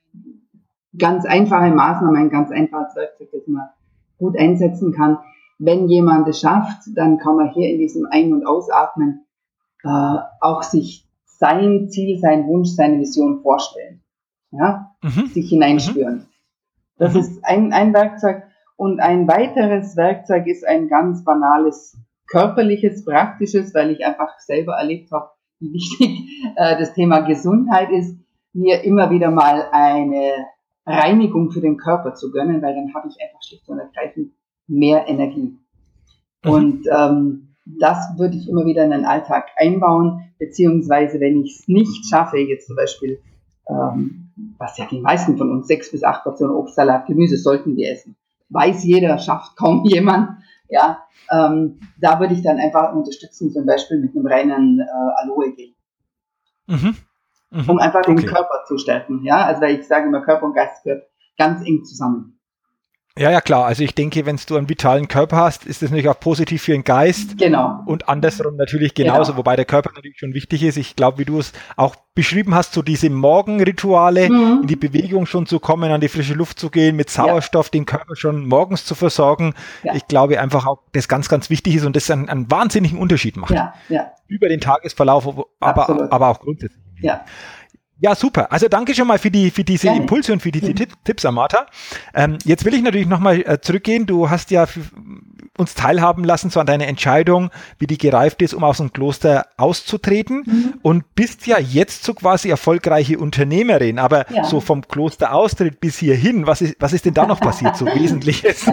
B: ganz einfache Maßnahme, ein ganz einfaches Werkzeug, das man gut einsetzen kann. Wenn jemand es schafft, dann kann man hier in diesem Ein- und Ausatmen äh, auch sich sein Ziel, sein Wunsch, seine Vision vorstellen. Ja?
A: Mhm.
B: Sich
A: Mhm.
B: hineinspüren. Das
A: Mhm.
B: ist ein, ein Werkzeug. Und ein weiteres Werkzeug ist ein ganz banales, körperliches, praktisches, weil ich einfach selber erlebt habe, wie wichtig äh, das Thema Gesundheit ist, mir immer wieder mal eine Reinigung für den Körper zu gönnen, weil dann habe ich einfach schlicht und ergreifend mehr Energie.
A: Mhm.
B: Und ähm, das würde ich immer wieder in den Alltag einbauen, beziehungsweise wenn ich es nicht schaffe, jetzt zum Beispiel, ähm, was ja die meisten von uns, sechs bis acht Portionen Obst, Salat, Gemüse sollten wir essen. Weiß jeder, schafft kaum jemand. Ja, ähm, da würde ich dann einfach unterstützen, zum Beispiel mit einem reinen äh, Aloe-Gel,
A: Mhm. Mhm.
B: um einfach den
A: Okay.
B: Körper zu stärken. Ja, also weil ich sage immer, Körper und Geist gehört ganz eng zusammen.
A: Ja, ja, klar. Also ich denke, wenn du einen vitalen Körper hast, ist das natürlich auch positiv für den Geist.
B: Genau.
A: Und andersrum natürlich genauso,
B: Genau.
A: wobei der Körper natürlich schon wichtig ist. Ich glaube, wie du es auch beschrieben hast, so diese Morgenrituale,
B: Mhm.
A: in die Bewegung schon zu kommen, an die frische Luft zu gehen, mit Sauerstoff
B: Ja.
A: den Körper schon morgens zu versorgen.
B: Ja.
A: Ich glaube einfach auch, das ganz, ganz wichtig ist und das einen, einen wahnsinnigen Unterschied macht.
B: Ja, ja.
A: Über den Tagesverlauf, aber, aber auch grundsätzlich.
B: Ja.
A: Ja, super. Also danke schon mal für die für diese
B: Gerne.
A: Impulse und für diese
B: Mhm.
A: Tipps, Amata. Ähm, jetzt will ich natürlich nochmal äh, zurückgehen. Du hast ja für, uns teilhaben lassen so an deiner Entscheidung, wie die gereift ist, um aus dem Kloster auszutreten
B: Mhm.
A: und bist ja jetzt so quasi erfolgreiche Unternehmerin. Aber
B: Ja.
A: so vom Klosteraustritt bis hierhin, was ist, was ist denn da noch passiert, so Wesentliches?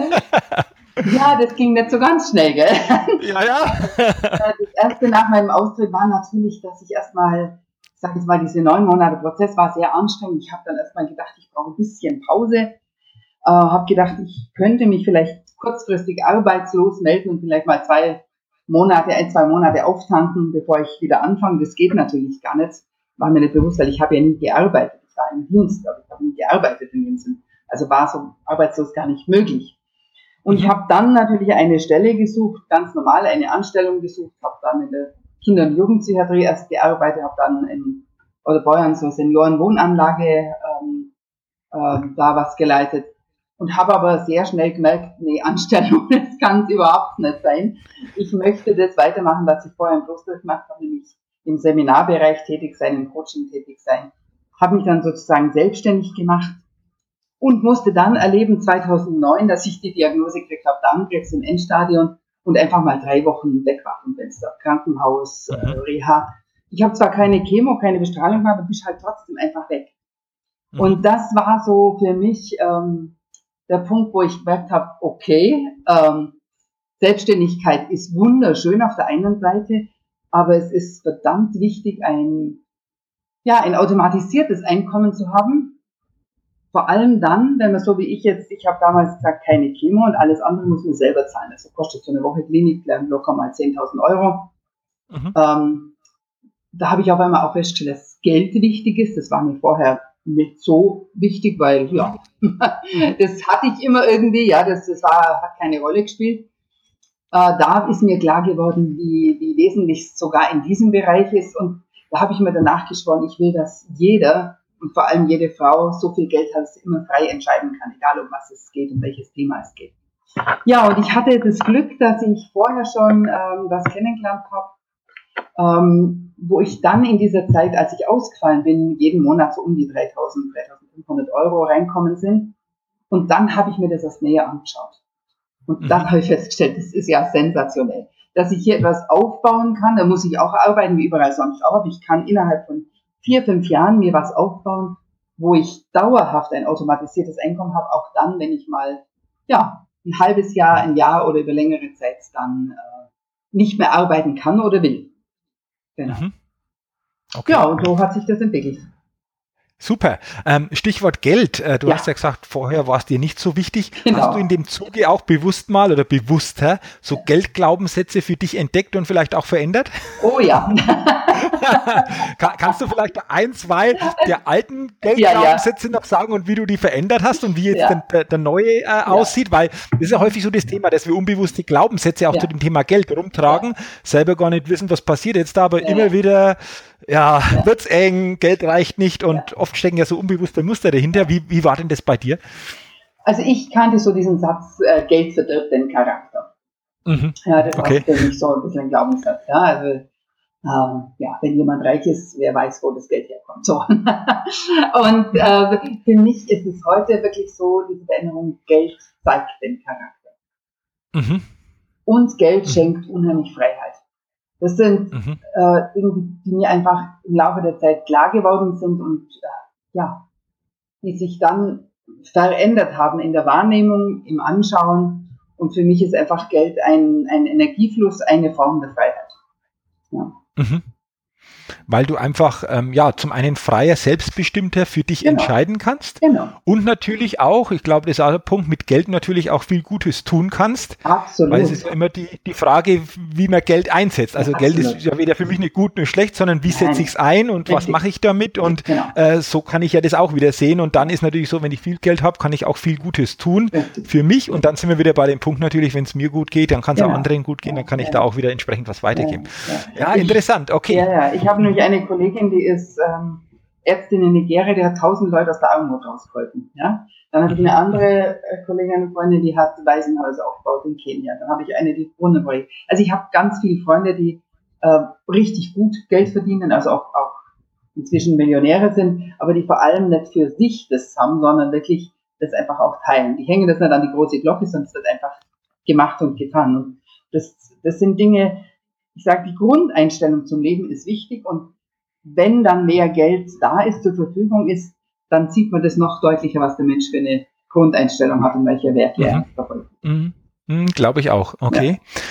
B: Ja, das ging nicht so ganz schnell, gell?
A: Ja, ja.
B: Das erste nach meinem Austritt war natürlich, dass ich erstmal, ich sage jetzt mal, diese neun Monate Prozess war sehr anstrengend. Ich habe dann erstmal gedacht, ich brauche ein bisschen Pause. Äh, habe gedacht, ich könnte mich vielleicht kurzfristig arbeitslos melden und vielleicht mal zwei Monate, ein, zwei Monate auftanken, bevor ich wieder anfange. Das geht natürlich gar nicht. War mir nicht bewusst, weil ich habe ja nie gearbeitet. Ich war im Dienst, aber ich habe nie gearbeitet in dem Sinn. Also war so arbeitslos gar nicht möglich. Und ich habe dann natürlich eine Stelle gesucht, ganz normal eine Anstellung gesucht, habe dann in der Kinder- und Jugendpsychiatrie erst gearbeitet, habe dann in Oderbeuern so Seniorenwohnanlage ähm, äh, da was geleitet und habe aber sehr schnell gemerkt, nee, Anstellung, das kann es überhaupt nicht sein. Ich möchte das weitermachen, was ich vorher im Kloster gemacht habe, nämlich im Seminarbereich tätig sein, im Coaching tätig sein. Habe mich dann sozusagen selbstständig gemacht. Und musste dann erleben, zweitausendneun, dass ich die Diagnose gekriegt habe, Darmkrebs im Endstadium und einfach mal drei Wochen weg war vom Fenster. Krankenhaus,
A: Mhm.
B: äh, Reha. Ich habe zwar keine Chemo, keine Bestrahlung mehr, aber bist halt trotzdem einfach weg. Mhm. Und das war so für mich ähm, der Punkt, wo ich gemerkt habe, okay, ähm, Selbstständigkeit ist wunderschön auf der einen Seite, aber es ist verdammt wichtig, ein, ja, ein automatisiertes Einkommen zu haben. Vor allem dann, wenn man so wie ich jetzt, ich habe damals gesagt, keine Chemo und alles andere muss man selber zahlen. Also kostet so eine Woche Klinik locker mal zehntausend Euro. Mhm. Ähm, da habe ich auf einmal auch festgestellt, dass Geld wichtig ist. Das war mir vorher nicht so wichtig, weil ja, das hatte ich immer irgendwie, ja, das, das war, hat keine Rolle gespielt. Äh, da ist mir klar geworden, wie, wie wesentlich es sogar in diesem Bereich ist. Und da habe ich mir danach geschworen, ich will, dass jeder und vor allem jede Frau so viel Geld hat, dass sie immer frei entscheiden kann, egal um was es geht, um welches Thema es geht. Ja, und ich hatte das Glück, dass ich vorher schon ähm, was kennengelernt habe, ähm, wo ich dann in dieser Zeit, als ich ausgefallen bin, jeden Monat so um die dreitausend, dreitausendfünfhundert Euro reinkommen sind. Und dann habe ich mir das erst näher angeschaut. Und mhm. dann habe ich festgestellt, das ist ja sensationell, dass ich hier etwas aufbauen kann. Da muss ich auch arbeiten, wie überall sonst auch. Aber ich kann innerhalb von vier, fünf Jahren mir was aufbauen, wo ich dauerhaft ein automatisiertes Einkommen habe, auch dann, wenn ich mal, ja, ein halbes Jahr, ein Jahr oder über längere Zeit dann äh, nicht mehr arbeiten kann oder will. Genau. Mhm. Okay. Ja, und so hat sich das entwickelt.
A: Super. Ähm, Stichwort Geld. Äh, du
B: Ja.
A: hast ja gesagt, vorher war es dir nicht so wichtig.
B: Genau.
A: Hast du in dem Zuge auch bewusst mal oder bewusster so ja. Geldglaubenssätze für dich entdeckt und vielleicht auch verändert?
B: Oh ja.
A: Kann, kannst du vielleicht ein, zwei der alten Geldglaubenssätze ja, ja. noch sagen und wie du die verändert hast und wie jetzt ja. der, der neue äh, ja. aussieht? Weil das ist ja häufig so das Thema, dass wir unbewusste Glaubenssätze auch ja. zu dem Thema Geld rumtragen, ja. selber gar nicht wissen, was passiert jetzt da, aber ja. immer wieder, ja, ja. wird's eng, Geld reicht nicht und ja. oft stecken ja so unbewusste Muster dahinter. Wie, wie war denn das bei dir?
B: Also ich kannte so diesen Satz, äh, Geld verdirbt den Charakter. Mhm. Ja, das okay. war für mich so ein bisschen ein Glaubenssatz. Ja, also Ähm, ja, wenn jemand reich ist, wer weiß, wo das Geld herkommt. So. Und äh, für mich ist es heute wirklich so, diese Veränderung, Geld zeigt den Charakter. Mhm. Und Geld mhm. schenkt unheimlich Freiheit. Das sind mhm. äh, Dinge, die mir einfach im Laufe der Zeit klar geworden sind und äh, ja, die sich dann verändert haben in der Wahrnehmung, im Anschauen. Und für mich ist einfach Geld ein, ein Energiefluss, eine Form der Freiheit. Ja.
A: Mhm. weil du einfach, ähm, ja, zum einen freier, selbstbestimmter für dich
B: Genau.
A: entscheiden kannst
B: Genau.
A: und natürlich auch, ich glaube, das ist auch der Punkt, mit Geld natürlich auch viel Gutes tun kannst.
B: Absolut.
A: Weil es ist ja immer die, die Frage, wie man Geld einsetzt. Also
B: Ja,
A: Geld
B: absolut.
A: ist ja weder für mich nicht gut noch schlecht, sondern wie
B: Nein.
A: setze ich es ein und was
B: Richtig.
A: mache ich damit? Und
B: Genau.
A: äh, so kann ich ja das auch wieder sehen. Und dann ist natürlich so, wenn ich viel Geld habe, kann ich auch viel Gutes tun
B: Richtig.
A: für mich. Und dann sind wir wieder bei dem Punkt natürlich, wenn es mir gut geht, dann kann es
B: Genau.
A: auch anderen gut gehen, dann kann ich
B: Ja.
A: da auch wieder entsprechend was weitergeben.
B: Ja,
A: Ja,
B: ja.
A: ja interessant, okay.
B: Ja, ja. Ich habe nämlich eine Kollegin, die ist ähm, Ärztin in Nigeria, die hat tausend Leute aus der Armut rausgeholfen. Ja? Dann habe ich eine andere äh, Kollegin, eine Freundin, die hat Waisenhäuser aufgebaut in Kenia. Dann habe ich eine, die Brunnen bringt. Also ich habe ganz viele Freunde, die äh, richtig gut Geld verdienen, also auch, auch inzwischen Millionäre sind, aber die vor allem nicht für sich das haben, sondern wirklich das einfach auch teilen. Die hängen das nicht an die große Glocke, sondern es wird einfach gemacht und getan. Und das, das sind Dinge, ich sage, die Grundeinstellung zum Leben ist wichtig und wenn dann mehr Geld da ist, zur Verfügung ist, dann sieht man das noch deutlicher, was der Mensch für eine Grundeinstellung hat und welche Werte er
A: Mhm.
B: verfolgt.
A: Mhm. Mhm, glaube ich auch, okay.
B: Ja.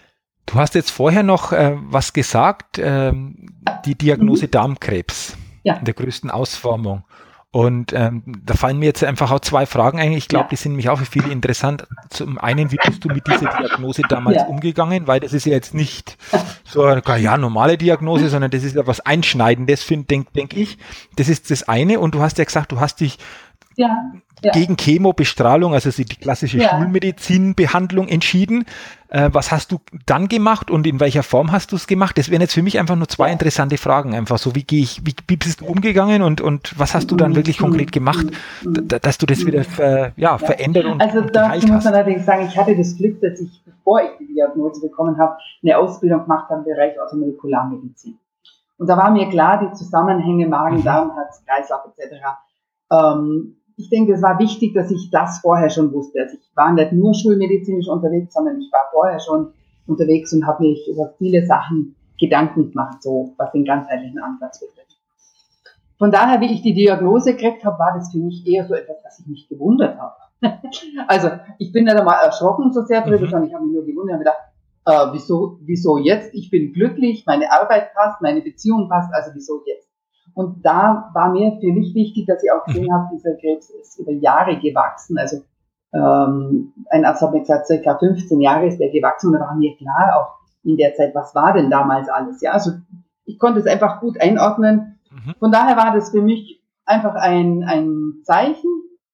A: Du hast jetzt vorher noch äh, was gesagt, ähm, die Diagnose
B: Mhm.
A: Darmkrebs
B: Ja.
A: in der größten Ausformung. Und ähm, da fallen mir jetzt einfach auch zwei Fragen ein. Ich glaube,
B: Ja.
A: die sind nämlich auch für viele interessant. Zum einen, wie bist du mit dieser Diagnose damals
B: Ja.
A: umgegangen? Weil das ist ja jetzt nicht so eine ja, normale Diagnose, sondern das ist ja was Einschneidendes, denke denk ich. Das ist das eine. Und du hast ja gesagt, du hast dich
B: Ja. Ja.
A: gegen Chemobestrahlung, also die klassische
B: Ja.
A: Schulmedizinbehandlung entschieden. Äh, was hast du dann gemacht und in welcher Form hast du es gemacht? Das wären jetzt für mich einfach nur zwei
B: Ja.
A: interessante Fragen. Einfach so, wie gehe ich, wie, wie bist du umgegangen und, und was hast du dann wirklich
B: Mhm.
A: konkret gemacht,
B: Mhm.
A: d- dass du das wieder ver, ja,
B: Ja.
A: verändert und,
B: Also
A: und
B: dazu
A: geheilt
B: muss
A: hast?
B: man allerdings sagen, ich hatte das Glück, dass ich, bevor ich die Diagnose bekommen habe, eine Ausbildung gemacht habe im Bereich Automolekularmedizin. Und da war mir klar, die Zusammenhänge Magen,
A: Mhm.
B: Darm, Herz, Kreislauf et cetera. Ähm, ich denke, es war wichtig, dass ich das vorher schon wusste. Also ich war nicht nur schulmedizinisch unterwegs, sondern ich war vorher schon unterwegs und habe mich über viele Sachen Gedanken gemacht, so was den ganzheitlichen Ansatz betrifft. Von daher, wie ich die Diagnose gekriegt habe, war das für mich eher so etwas, was ich mich gewundert habe. Also ich bin nicht einmal erschrocken so sehr drüber,
A: Mhm.
B: sondern ich habe mich nur gewundert und gedacht, äh, wieso, wieso jetzt? Ich bin glücklich, meine Arbeit passt, meine Beziehung passt, also wieso jetzt? Und da war mir für mich wichtig, dass ich auch gesehen
A: Mhm.
B: habe, dieser Krebs ist über Jahre gewachsen. Also ähm, ein Arzt hat mir gesagt, circa fünfzehn Jahre ist der gewachsen und da war mir klar auch in der Zeit, was war denn damals alles? Ja, also ich konnte es einfach gut einordnen.
A: Mhm.
B: Von daher war das für mich einfach ein, ein Zeichen,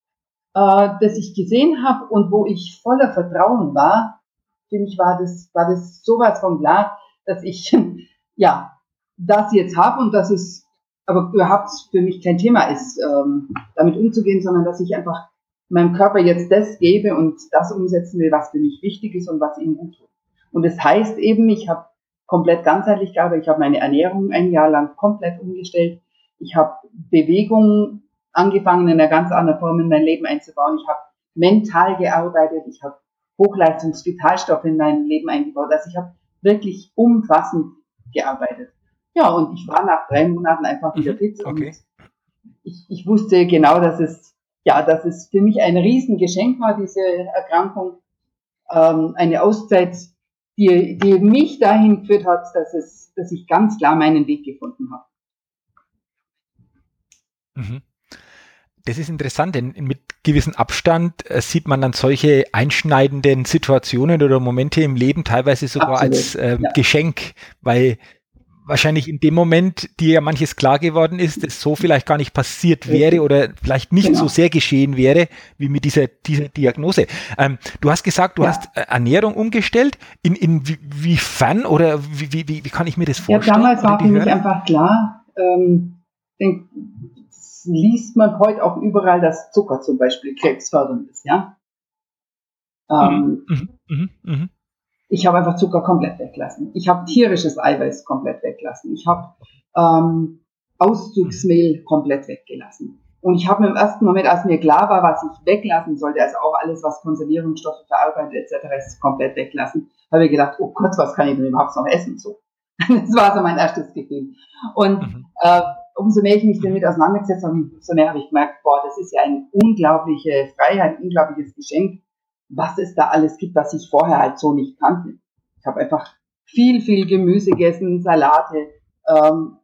B: äh, das ich gesehen habe und wo ich voller Vertrauen war. Für mich war das, war das sowas von klar, dass ich ja das jetzt habe und dass es aber überhaupt für mich kein Thema ist, ähm, damit umzugehen, sondern dass ich einfach meinem Körper jetzt das gebe und das umsetzen will, was für mich wichtig ist und was ihm gut tut. Und das heißt eben, ich habe komplett ganzheitlich gearbeitet, ich habe meine Ernährung ein Jahr lang komplett umgestellt, ich habe Bewegung angefangen, in einer ganz anderen Form in mein Leben einzubauen, ich habe mental gearbeitet, ich habe Hochleistungsvitalstoffe in mein Leben eingebaut, also ich habe wirklich umfassend gearbeitet. Ja, und ich war nach drei Monaten einfach wieder
A: Mhm.
B: fit
A: Okay.
B: und ich, ich wusste genau, dass es, ja, dass es für mich ein Riesengeschenk war, diese Erkrankung, ähm, eine Auszeit, die, die mich dahin geführt hat, dass es, dass ich ganz klar meinen Weg gefunden habe.
A: Mhm. Das ist interessant, denn mit gewissem Abstand äh, sieht man dann solche einschneidenden Situationen oder Momente im Leben teilweise sogar
B: Absolut,
A: als ähm,
B: ja.
A: Geschenk, weil wahrscheinlich in dem Moment dir ja manches klar geworden ist, das so vielleicht gar nicht passiert
B: Richtig.
A: wäre oder vielleicht nicht
B: Genau.
A: so sehr geschehen wäre, wie mit dieser, dieser Diagnose. Ähm, du hast gesagt, du
B: Ja.
A: hast äh, Ernährung umgestellt. In, in wie, wiefern oder wie, wie, wie, wie kann ich mir das
B: Ja,
A: vorstellen?
B: damals
A: oder
B: war
A: die
B: für mich
A: Hörer?
B: einfach klar, ähm, denk, das liest man heute auch überall, dass Zucker zum Beispiel krebsfördernd ist, ja.
A: Mhm,
B: Ähm,
A: mhm, mhm, mhm.
B: Ich habe einfach Zucker komplett weggelassen. Ich habe tierisches Eiweiß komplett weggelassen. Ich habe ähm, Auszugsmehl komplett weggelassen. Und ich habe mir im ersten Moment, als mir klar war, was ich weglassen sollte, also auch alles, was Konservierungsstoffe verarbeitet et cetera, ist komplett weglassen, habe ich gedacht, oh Gott, was kann ich denn überhaupt noch essen? So. Das war so mein erstes Gefühl. Und
A: Mhm.
B: äh, umso mehr ich mich damit auseinandergesetzt habe, umso mehr habe ich gemerkt, boah, das ist ja eine unglaubliche Freiheit, ein unglaubliches Geschenk, was es da alles gibt, was ich vorher halt so nicht kannte. Ich habe einfach viel, viel Gemüse gegessen, Salate, ähm,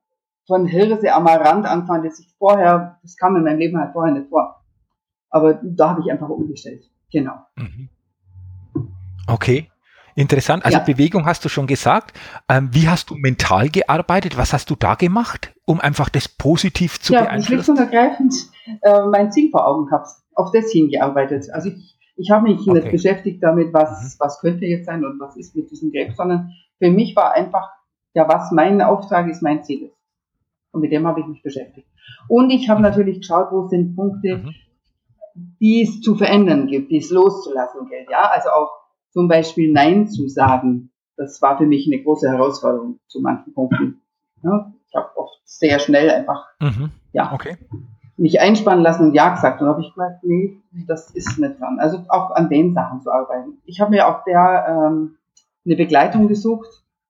B: von Hirse, Amaranth angefangen, das ich vorher, das kam in meinem Leben halt vorher nicht vor. Aber da habe ich einfach umgestellt. Genau.
A: Mhm. Okay. Interessant. Also
B: Ja.
A: Bewegung hast du schon gesagt. Ähm, wie hast du mental gearbeitet? Was hast du da gemacht, um einfach das positiv zu
B: ja,
A: beeinflussen?
B: schlicht und ergreifend äh, mein Ziel vor Augen gehabt, auf das hingearbeitet. Also ich, ich habe mich
A: Okay.
B: nicht beschäftigt damit, was,
A: Mhm.
B: was könnte jetzt sein und was ist mit diesem Krebs, sondern für mich war einfach, ja, was mein Auftrag ist, mein Ziel ist. Und mit dem habe ich mich beschäftigt. Und ich habe
A: Mhm.
B: natürlich geschaut, wo sind Punkte,
A: Mhm.
B: die es zu verändern gibt, die es loszulassen gilt. Ja, also auch zum Beispiel Nein zu sagen. Das war für mich eine große Herausforderung zu manchen Punkten. Ja, ich habe oft sehr schnell einfach,
A: Mhm.
B: ja,
A: Okay.
B: mich einspannen lassen und Ja gesagt. Und habe ich gedacht, nee, das ist nicht dran. Also auch an den Sachen zu arbeiten. Ich habe mir auch der ähm, eine Begleitung gesucht.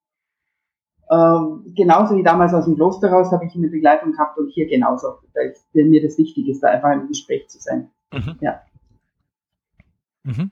B: Ähm, genauso wie damals aus dem Kloster raus habe ich eine Begleitung gehabt und hier genauso, weil mir das wichtig ist, da einfach im Gespräch zu sein.
A: Mhm.
B: Ja.
A: Mhm.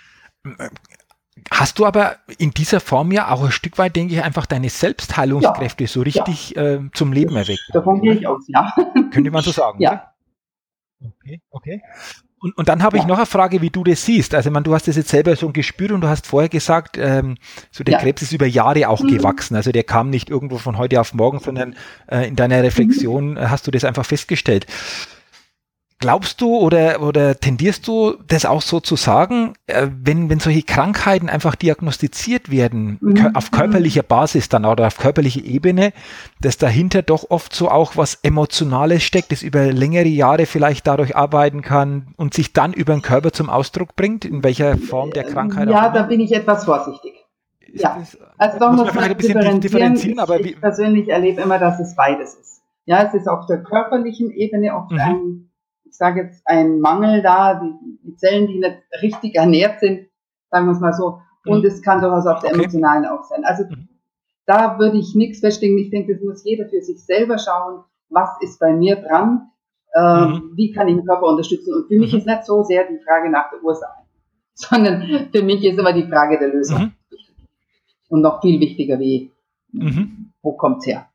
A: Hast du aber in dieser Form ja auch ein Stück weit, denke ich, einfach deine Selbstheilungskräfte
B: Ja,
A: so
B: ja,
A: richtig äh, zum Leben
B: das,
A: erweckt,
B: davon gehe
A: oder?
B: ich aus, ja.
A: Könnte man so sagen, oder?
B: Ja,
A: Okay, okay. Und, und dann habe ich noch
B: ja,
A: eine Frage, wie du das siehst. Also, man, du hast das jetzt selber schon gespürt und du hast vorher gesagt, ähm, so der
B: ja.
A: Krebs ist über Jahre auch
B: Mhm.
A: gewachsen. Also der kam nicht irgendwo von heute auf morgen, sondern äh, in deiner
B: Mhm.
A: Reflexion äh, hast du das einfach festgestellt. Glaubst du oder, oder tendierst du das auch so zu sagen, äh, wenn, wenn solche Krankheiten einfach diagnostiziert werden, kö- auf körperlicher
B: Mhm.
A: Basis dann oder auf körperlicher Ebene, dass dahinter doch oft so auch was Emotionales steckt, das über längere Jahre vielleicht dadurch arbeiten kann und sich dann über den Körper zum Ausdruck bringt, in welcher Form der Krankheit auch
B: Ja, da
A: immer?
B: bin ich etwas vorsichtig.
A: Ist
B: Ja,
A: das,
B: also da
A: muss
B: muss
A: man vielleicht ein
B: man
A: bisschen di-
B: differenzieren.
A: differenzieren,
B: Ich,
A: aber wie?
B: ich persönlich erlebe immer, dass es beides ist. Ja, es ist auf der körperlichen Ebene oft
A: Mhm,
B: ein, ich sage jetzt, ein Mangel da, die, die Zellen, die nicht richtig ernährt sind, sagen wir es mal so. Und
A: mhm,
B: es kann durchaus auf der
A: okay.
B: emotionalen auch sein. Also
A: Mhm,
B: da würde ich nichts festlegen. Ich denke, das muss jeder für sich selber schauen, was ist bei mir dran, äh,
A: mhm,
B: wie kann ich den Körper unterstützen. Und für mich
A: mhm,
B: ist nicht so sehr die Frage nach der Ursache, sondern für mich ist immer die Frage der Lösung.
A: mhm,
B: Und noch viel wichtiger wie,
A: mhm,
B: wo kommt's her?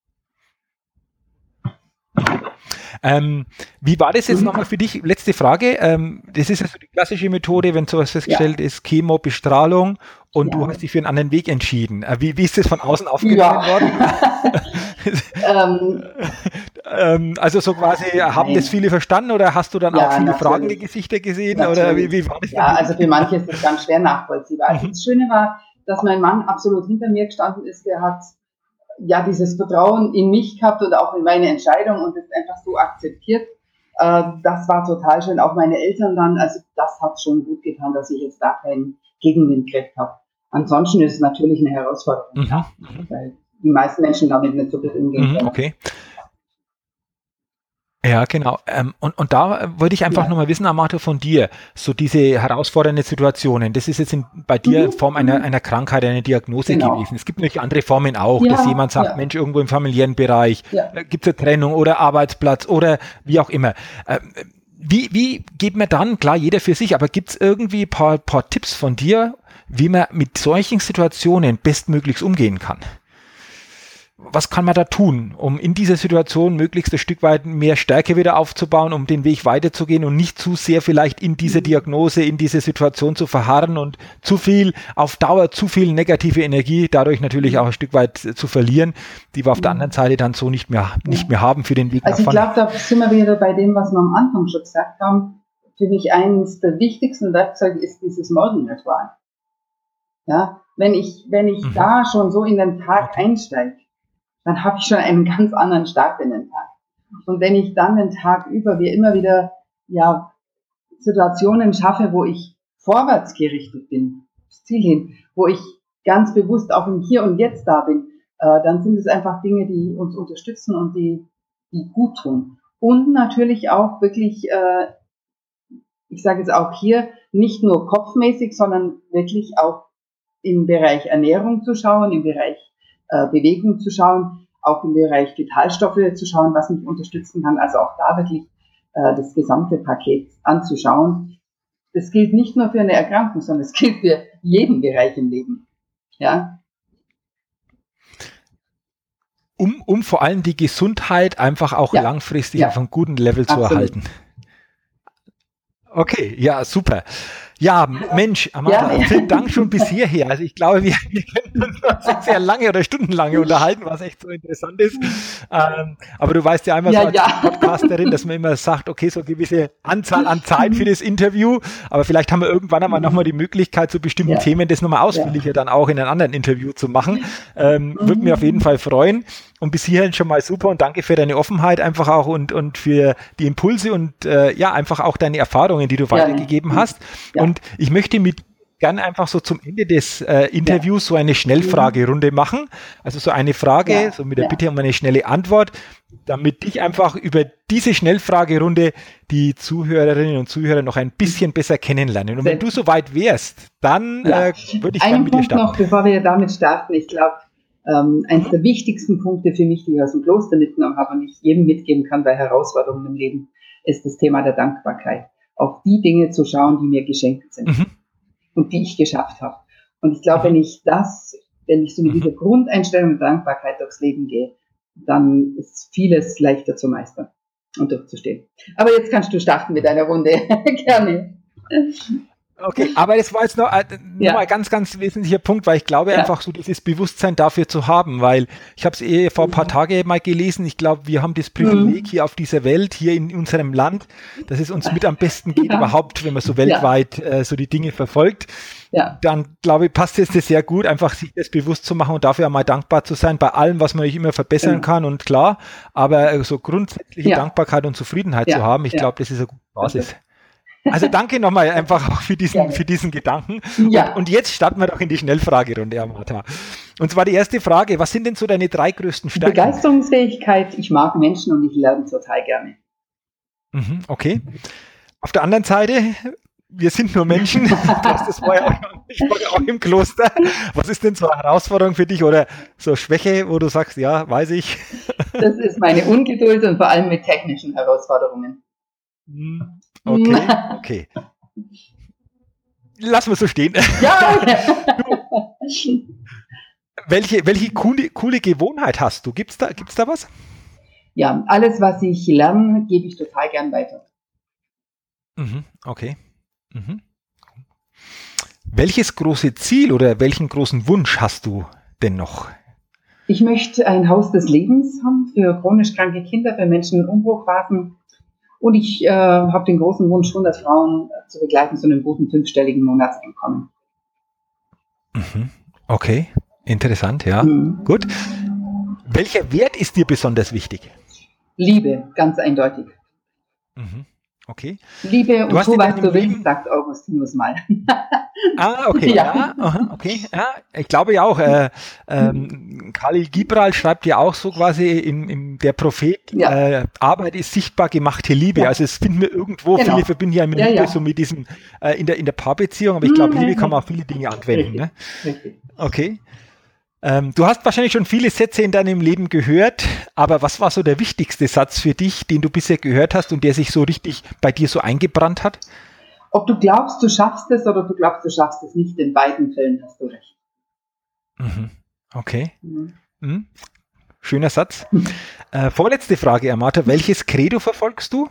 A: mhm. Ähm, wie war das jetzt
B: Mhm.
A: nochmal für dich? Letzte Frage. Ähm, das ist also die klassische Methode, wenn sowas
B: Ja,
A: festgestellt ist, Chemo, Bestrahlung und du
B: ja,
A: hast dich für einen anderen Weg entschieden. Äh, wie, wie ist das von außen
B: ja.
A: aufgenommen worden?
B: ähm,
A: ähm, also so quasi, haben das
B: nein,
A: viele verstanden oder hast du dann auch
B: ja,
A: viele fragende
B: natürlich.
A: Gesichter gesehen oder wie,
B: Natürlich.
A: wie war das dann
B: Ja,
A: für
B: also
A: dich?
B: für manche ist das ganz schwer nachvollziehbar. Also
A: Mhm,
B: das Schöne war, dass mein Mann absolut hinter mir gestanden ist. Der hat ja dieses Vertrauen in mich gehabt und auch in meine Entscheidung und das einfach so akzeptiert. Äh, das war total schön. Auch meine Eltern dann, also das hat schon gut getan, dass ich jetzt da keinen Gegenwind gekriegt habe. Ansonsten ist es natürlich eine Herausforderung,
A: mhm,
B: ja,
A: mhm,
B: weil die meisten Menschen damit nicht so gut umgehen
A: mhm,
B: können.
A: okay. Ja, genau. Ähm, und, und da äh, wollte ich einfach
B: Ja.
A: nochmal wissen, Amato, von dir, so diese herausfordernden Situationen, das ist jetzt in, bei dir in
B: Mhm.
A: Form einer,
B: Mhm.
A: einer Krankheit, einer Diagnose
B: Genau.
A: gewesen. Es gibt natürlich andere Formen auch, dass
B: Ja,
A: jemand sagt,
B: ja,
A: Mensch, irgendwo im familiären Bereich
B: ja.
A: äh, gibt es eine Trennung oder Arbeitsplatz oder wie auch immer. Ähm, wie, wie geht man dann, klar, jeder für sich, aber gibt es irgendwie ein paar, paar Tipps von dir, wie man mit solchen Situationen bestmöglichst umgehen kann? Was kann man da tun, um in dieser Situation möglichst ein Stück weit mehr Stärke wieder aufzubauen, um den Weg weiterzugehen und nicht zu sehr vielleicht in dieser
B: Mhm.
A: Diagnose, in dieser Situation zu verharren und zu viel auf Dauer, zu viel negative Energie dadurch natürlich auch ein Stück weit zu verlieren, die wir auf der anderen
B: Mhm.
A: Seite dann so nicht mehr, nicht
B: Ja.
A: mehr haben für den Weg nach
B: Also ich
A: vorne.
B: glaube, da sind wir wieder bei dem, was wir am Anfang schon gesagt haben. Für mich eines der wichtigsten Werkzeuge ist dieses Morgenritual. Ja, wenn ich, wenn ich
A: Mhm.
B: da schon so in den Tag
A: Okay.
B: einsteige, dann habe ich schon einen ganz anderen Start in den Tag. Und wenn ich dann den Tag über mir immer wieder ja, Situationen schaffe, wo ich vorwärts gerichtet bin, das Ziel hin, wo ich ganz bewusst auch im Hier und Jetzt da bin, äh, dann sind es einfach Dinge, die uns unterstützen und die, die gut tun. Und natürlich auch wirklich, äh, ich sage jetzt auch hier, nicht nur kopfmäßig, sondern wirklich auch im Bereich Ernährung zu schauen, im Bereich äh, Bewegung zu schauen, auch im Bereich Vitalstoffe zu schauen, was mich unterstützen kann. Also auch da wirklich äh, das gesamte Paket anzuschauen. Das gilt nicht nur für eine Erkrankung, sondern es gilt für jeden Bereich im Leben. Ja,
A: Um, um vor allem die Gesundheit einfach auch ja. langfristig ja. auf einem guten Level Absolut. zu erhalten. Okay, ja, super. Ja, Mensch, Amata, ja. vielen Dank schon bis hierher. Also ich glaube, wir, wir können uns sehr lange oder stundenlange unterhalten, was echt so interessant ist. Ähm, aber du weißt ja einmal ja, so als ja. Podcasterin, dass man immer sagt, okay, so eine gewisse Anzahl an Zeit für das Interview, aber vielleicht haben wir irgendwann einmal nochmal die Möglichkeit, zu bestimmten ja. Themen das nochmal ausführlicher ja. dann auch in einem anderen Interview zu machen. Ähm, mhm. Würde mich auf jeden Fall freuen. Und bis hierhin schon mal super und danke für deine Offenheit einfach auch und, und für die Impulse und äh, ja, einfach auch deine Erfahrungen, die du ja. weitergegeben hast. Ja. Und ich möchte mit gerne einfach so zum Ende des äh, Interviews ja. so eine Schnellfragerunde machen. Also so eine Frage, ja. so mit der ja. Bitte um eine schnelle Antwort, damit ich einfach über diese Schnellfragerunde die Zuhörerinnen und Zuhörer noch ein bisschen besser kennenlernen. Und wenn du soweit wärst, dann ja. äh, würde ich gerne mit dir starten.
B: Noch, bevor wir damit starten, ich glaube, ähm, eines mhm. der wichtigsten Punkte für mich, die ich aus dem Kloster mitgenommen habe und ich jedem mitgeben kann bei Herausforderungen im Leben, ist das Thema der Dankbarkeit. Auf die Dinge zu schauen, die mir geschenkt sind mhm. und die ich geschafft habe. Und ich glaube, wenn ich das, wenn ich so mit dieser Grundeinstellung und Dankbarkeit durchs Leben gehe, dann ist vieles leichter zu meistern und durchzustehen. Aber jetzt kannst du starten mit deiner Runde. Gerne.
A: Okay, aber das war jetzt noch, äh, ja. noch mal ein ganz, ganz wesentlicher Punkt, weil ich glaube ja. einfach so dieses Bewusstsein dafür zu haben, weil ich habe es eh vor ein paar Tagen mal gelesen, ich glaube, wir haben das Privileg mhm. hier auf dieser Welt, hier in unserem Land, dass es uns mit am besten geht ja. überhaupt, wenn man so weltweit ja. äh, so die Dinge verfolgt. Ja. Dann glaube ich, passt es das sehr gut, einfach sich das bewusst zu machen und dafür einmal dankbar zu sein, bei allem, was man nicht immer verbessern ja. kann und klar, aber so grundsätzliche ja. Dankbarkeit und Zufriedenheit ja. zu haben, ich ja. glaube, das ist eine gute Basis. Also danke nochmal einfach auch für diesen, für diesen Gedanken. Ja. Und, und jetzt starten wir doch in die Schnellfragerunde, Amata. Und zwar die erste Frage, was sind denn so deine drei größten Stärken?
B: Begeisterungsfähigkeit, ich mag Menschen und ich lerne total gerne.
A: Mhm, okay. Auf der anderen Seite, wir sind nur Menschen, du hast das vorher auch, ich war ja auch im Kloster. Was ist denn so eine Herausforderung für dich oder so Schwäche, wo du sagst, ja, weiß ich?
B: Das ist meine Ungeduld und vor allem mit technischen Herausforderungen.
A: Okay, okay. Lass mal so stehen.
B: Ja.
A: Du, welche welche coole, coole Gewohnheit hast du? Gibt's da, gibt's da was?
B: Ja, alles, was ich lerne, gebe ich total gern weiter.
A: Mhm, okay. Mhm. Welches große Ziel oder welchen großen Wunsch hast du denn noch?
B: Ich möchte ein Haus des Lebens haben für chronisch kranke Kinder, für Menschen in Umbruchphasen. Und ich äh, habe den großen Wunsch, hundert Frauen äh, zu begleiten zu einem guten fünfstelligen Monatseinkommen.
A: Mhm. Okay, interessant, ja. Mhm. Gut. Welcher Wert ist dir besonders wichtig?
B: Liebe, ganz eindeutig.
A: Mhm. Okay.
B: Liebe und so was du willst, sagt Augustinus mal.
A: Ah, okay. Ja, ja aha, okay. Ja, ich glaube ja auch, äh, ähm, Khalil Gibral schreibt ja auch so quasi in, in der Prophet, ja. äh, Arbeit ist sichtbar gemachte Liebe. Ja. Also es finden wir irgendwo, genau. Viele verbinden ja mit ja, Liebe ja. so mit diesem, äh, in der, in der Paarbeziehung, aber ich glaube, Liebe kann man auf viele Dinge anwenden. Richtig. Ne? Richtig. Okay. Ähm, du hast wahrscheinlich schon viele Sätze in deinem Leben gehört, aber was war so der wichtigste Satz für dich, den du bisher gehört hast und der sich so richtig bei dir so eingebrannt hat?
B: Ob du glaubst, du schaffst es oder du glaubst, du schaffst es nicht, in beiden Fällen hast du recht.
A: Mhm. Okay. Mhm. Mhm. Schöner Satz. Äh, vorletzte Frage, Amata. Welches Credo verfolgst du?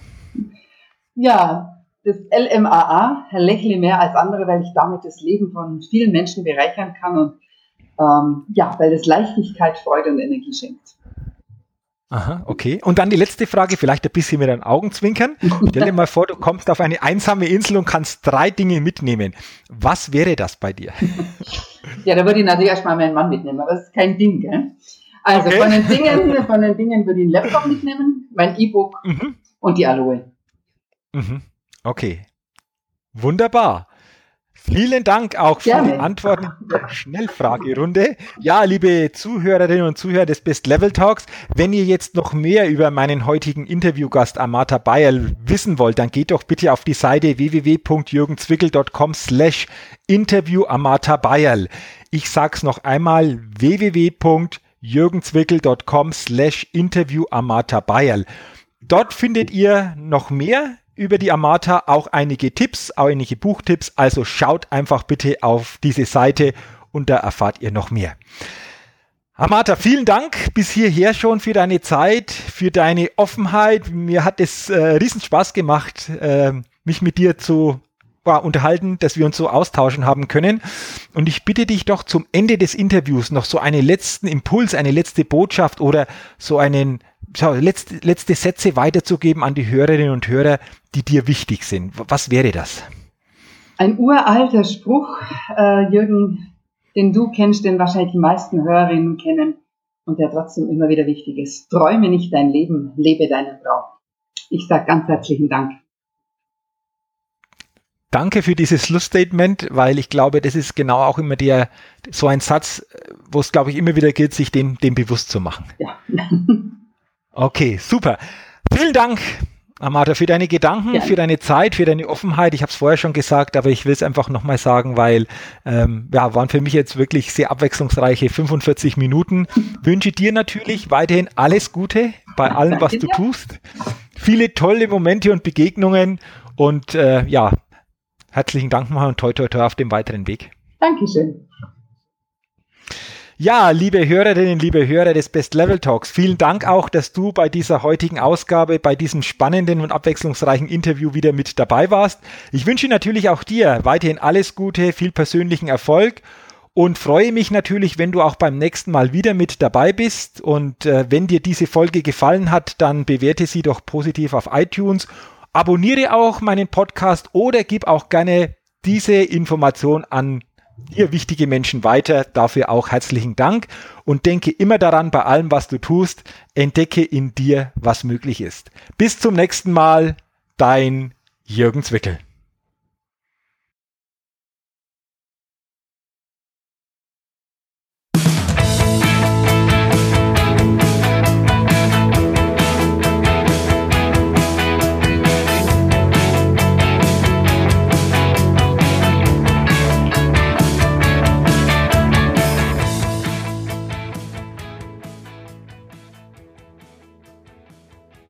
B: Ja, das L M A A, lächle mehr als andere, weil ich damit das Leben von vielen Menschen bereichern kann und Ähm, ja, weil es Leichtigkeit, Freude und Energie schenkt.
A: Aha, okay. Und dann die letzte Frage, vielleicht ein bisschen mit den Augenzwinkern. Stell dir mal vor, du kommst auf eine einsame Insel und kannst drei Dinge mitnehmen. Was wäre das bei dir?
B: Ja, da würde ich natürlich erstmal meinen Mann mitnehmen, aber das ist kein Ding, gell? Also okay. von, den Dingen, von den Dingen würde ich einen Laptop mitnehmen, mein E-Book mhm. und die Aloe.
A: Mhm. Okay. Wunderbar. Vielen Dank auch für Gerne. Die Antworten in der Schnellfragerunde. Ja, liebe Zuhörerinnen und Zuhörer des Best Level Talks, wenn ihr jetzt noch mehr über meinen heutigen Interviewgast Amata Bayerl wissen wollt, dann geht doch bitte auf die Seite w w w punkt jürgen zwickel punkt com slash interview Amata Bayerl. Ich sag's noch einmal, w w w punkt jürgen zwickel punkt com slash interview Amata Bayerl. Dort findet ihr noch mehr über die Amata, auch einige Tipps, auch einige Buchtipps, also schaut einfach bitte auf diese Seite und da erfahrt ihr noch mehr. Amata, vielen Dank bis hierher schon für deine Zeit, für deine Offenheit. Mir hat es äh, riesen Spaß gemacht, äh, mich mit dir zu ja, unterhalten, dass wir uns so austauschen haben können. Und ich bitte dich doch zum Ende des Interviews noch so einen letzten Impuls, eine letzte Botschaft oder so einen so, letzte, letzte Sätze weiterzugeben an die Hörerinnen und Hörer, die dir wichtig sind. Was wäre das?
B: Ein uralter Spruch, äh, Jürgen, den du kennst, den wahrscheinlich die meisten Hörerinnen kennen und der trotzdem immer wieder wichtig ist. Träume nicht dein Leben, lebe deinen Traum. Ich sage ganz herzlichen Dank.
A: Danke für dieses Schlussstatement, weil ich glaube, das ist genau auch immer der, so ein Satz, wo es, glaube ich, immer wieder gilt, sich dem, dem bewusst zu machen.
B: Ja.
A: Okay, super. Vielen Dank, Amata, für deine Gedanken, ja. für deine Zeit, für deine Offenheit. Ich habe es vorher schon gesagt, aber ich will es einfach nochmal sagen, weil ähm, ja, waren für mich jetzt wirklich sehr abwechslungsreiche fünfundvierzig Minuten. Wünsche dir natürlich weiterhin alles Gute bei allem, was du tust. Viele tolle Momente und Begegnungen und äh, ja, herzlichen Dank mal und toi toi toi auf dem weiteren Weg.
B: Dankeschön.
A: Ja, liebe Hörerinnen, liebe Hörer des Best Level Talks, vielen Dank auch, dass du bei dieser heutigen Ausgabe, bei diesem spannenden und abwechslungsreichen Interview wieder mit dabei warst. Ich wünsche natürlich auch dir weiterhin alles Gute, viel persönlichen Erfolg und freue mich natürlich, wenn du auch beim nächsten Mal wieder mit dabei bist. Und äh, wenn dir diese Folge gefallen hat, dann bewerte sie doch positiv auf iTunes. Abonniere auch meinen Podcast oder gib auch gerne diese Information an dir wichtige Menschen weiter. Dafür auch herzlichen Dank und denke immer daran, bei allem, was du tust, entdecke in dir, was möglich ist. Bis zum nächsten Mal, dein Jürgen Zwickel.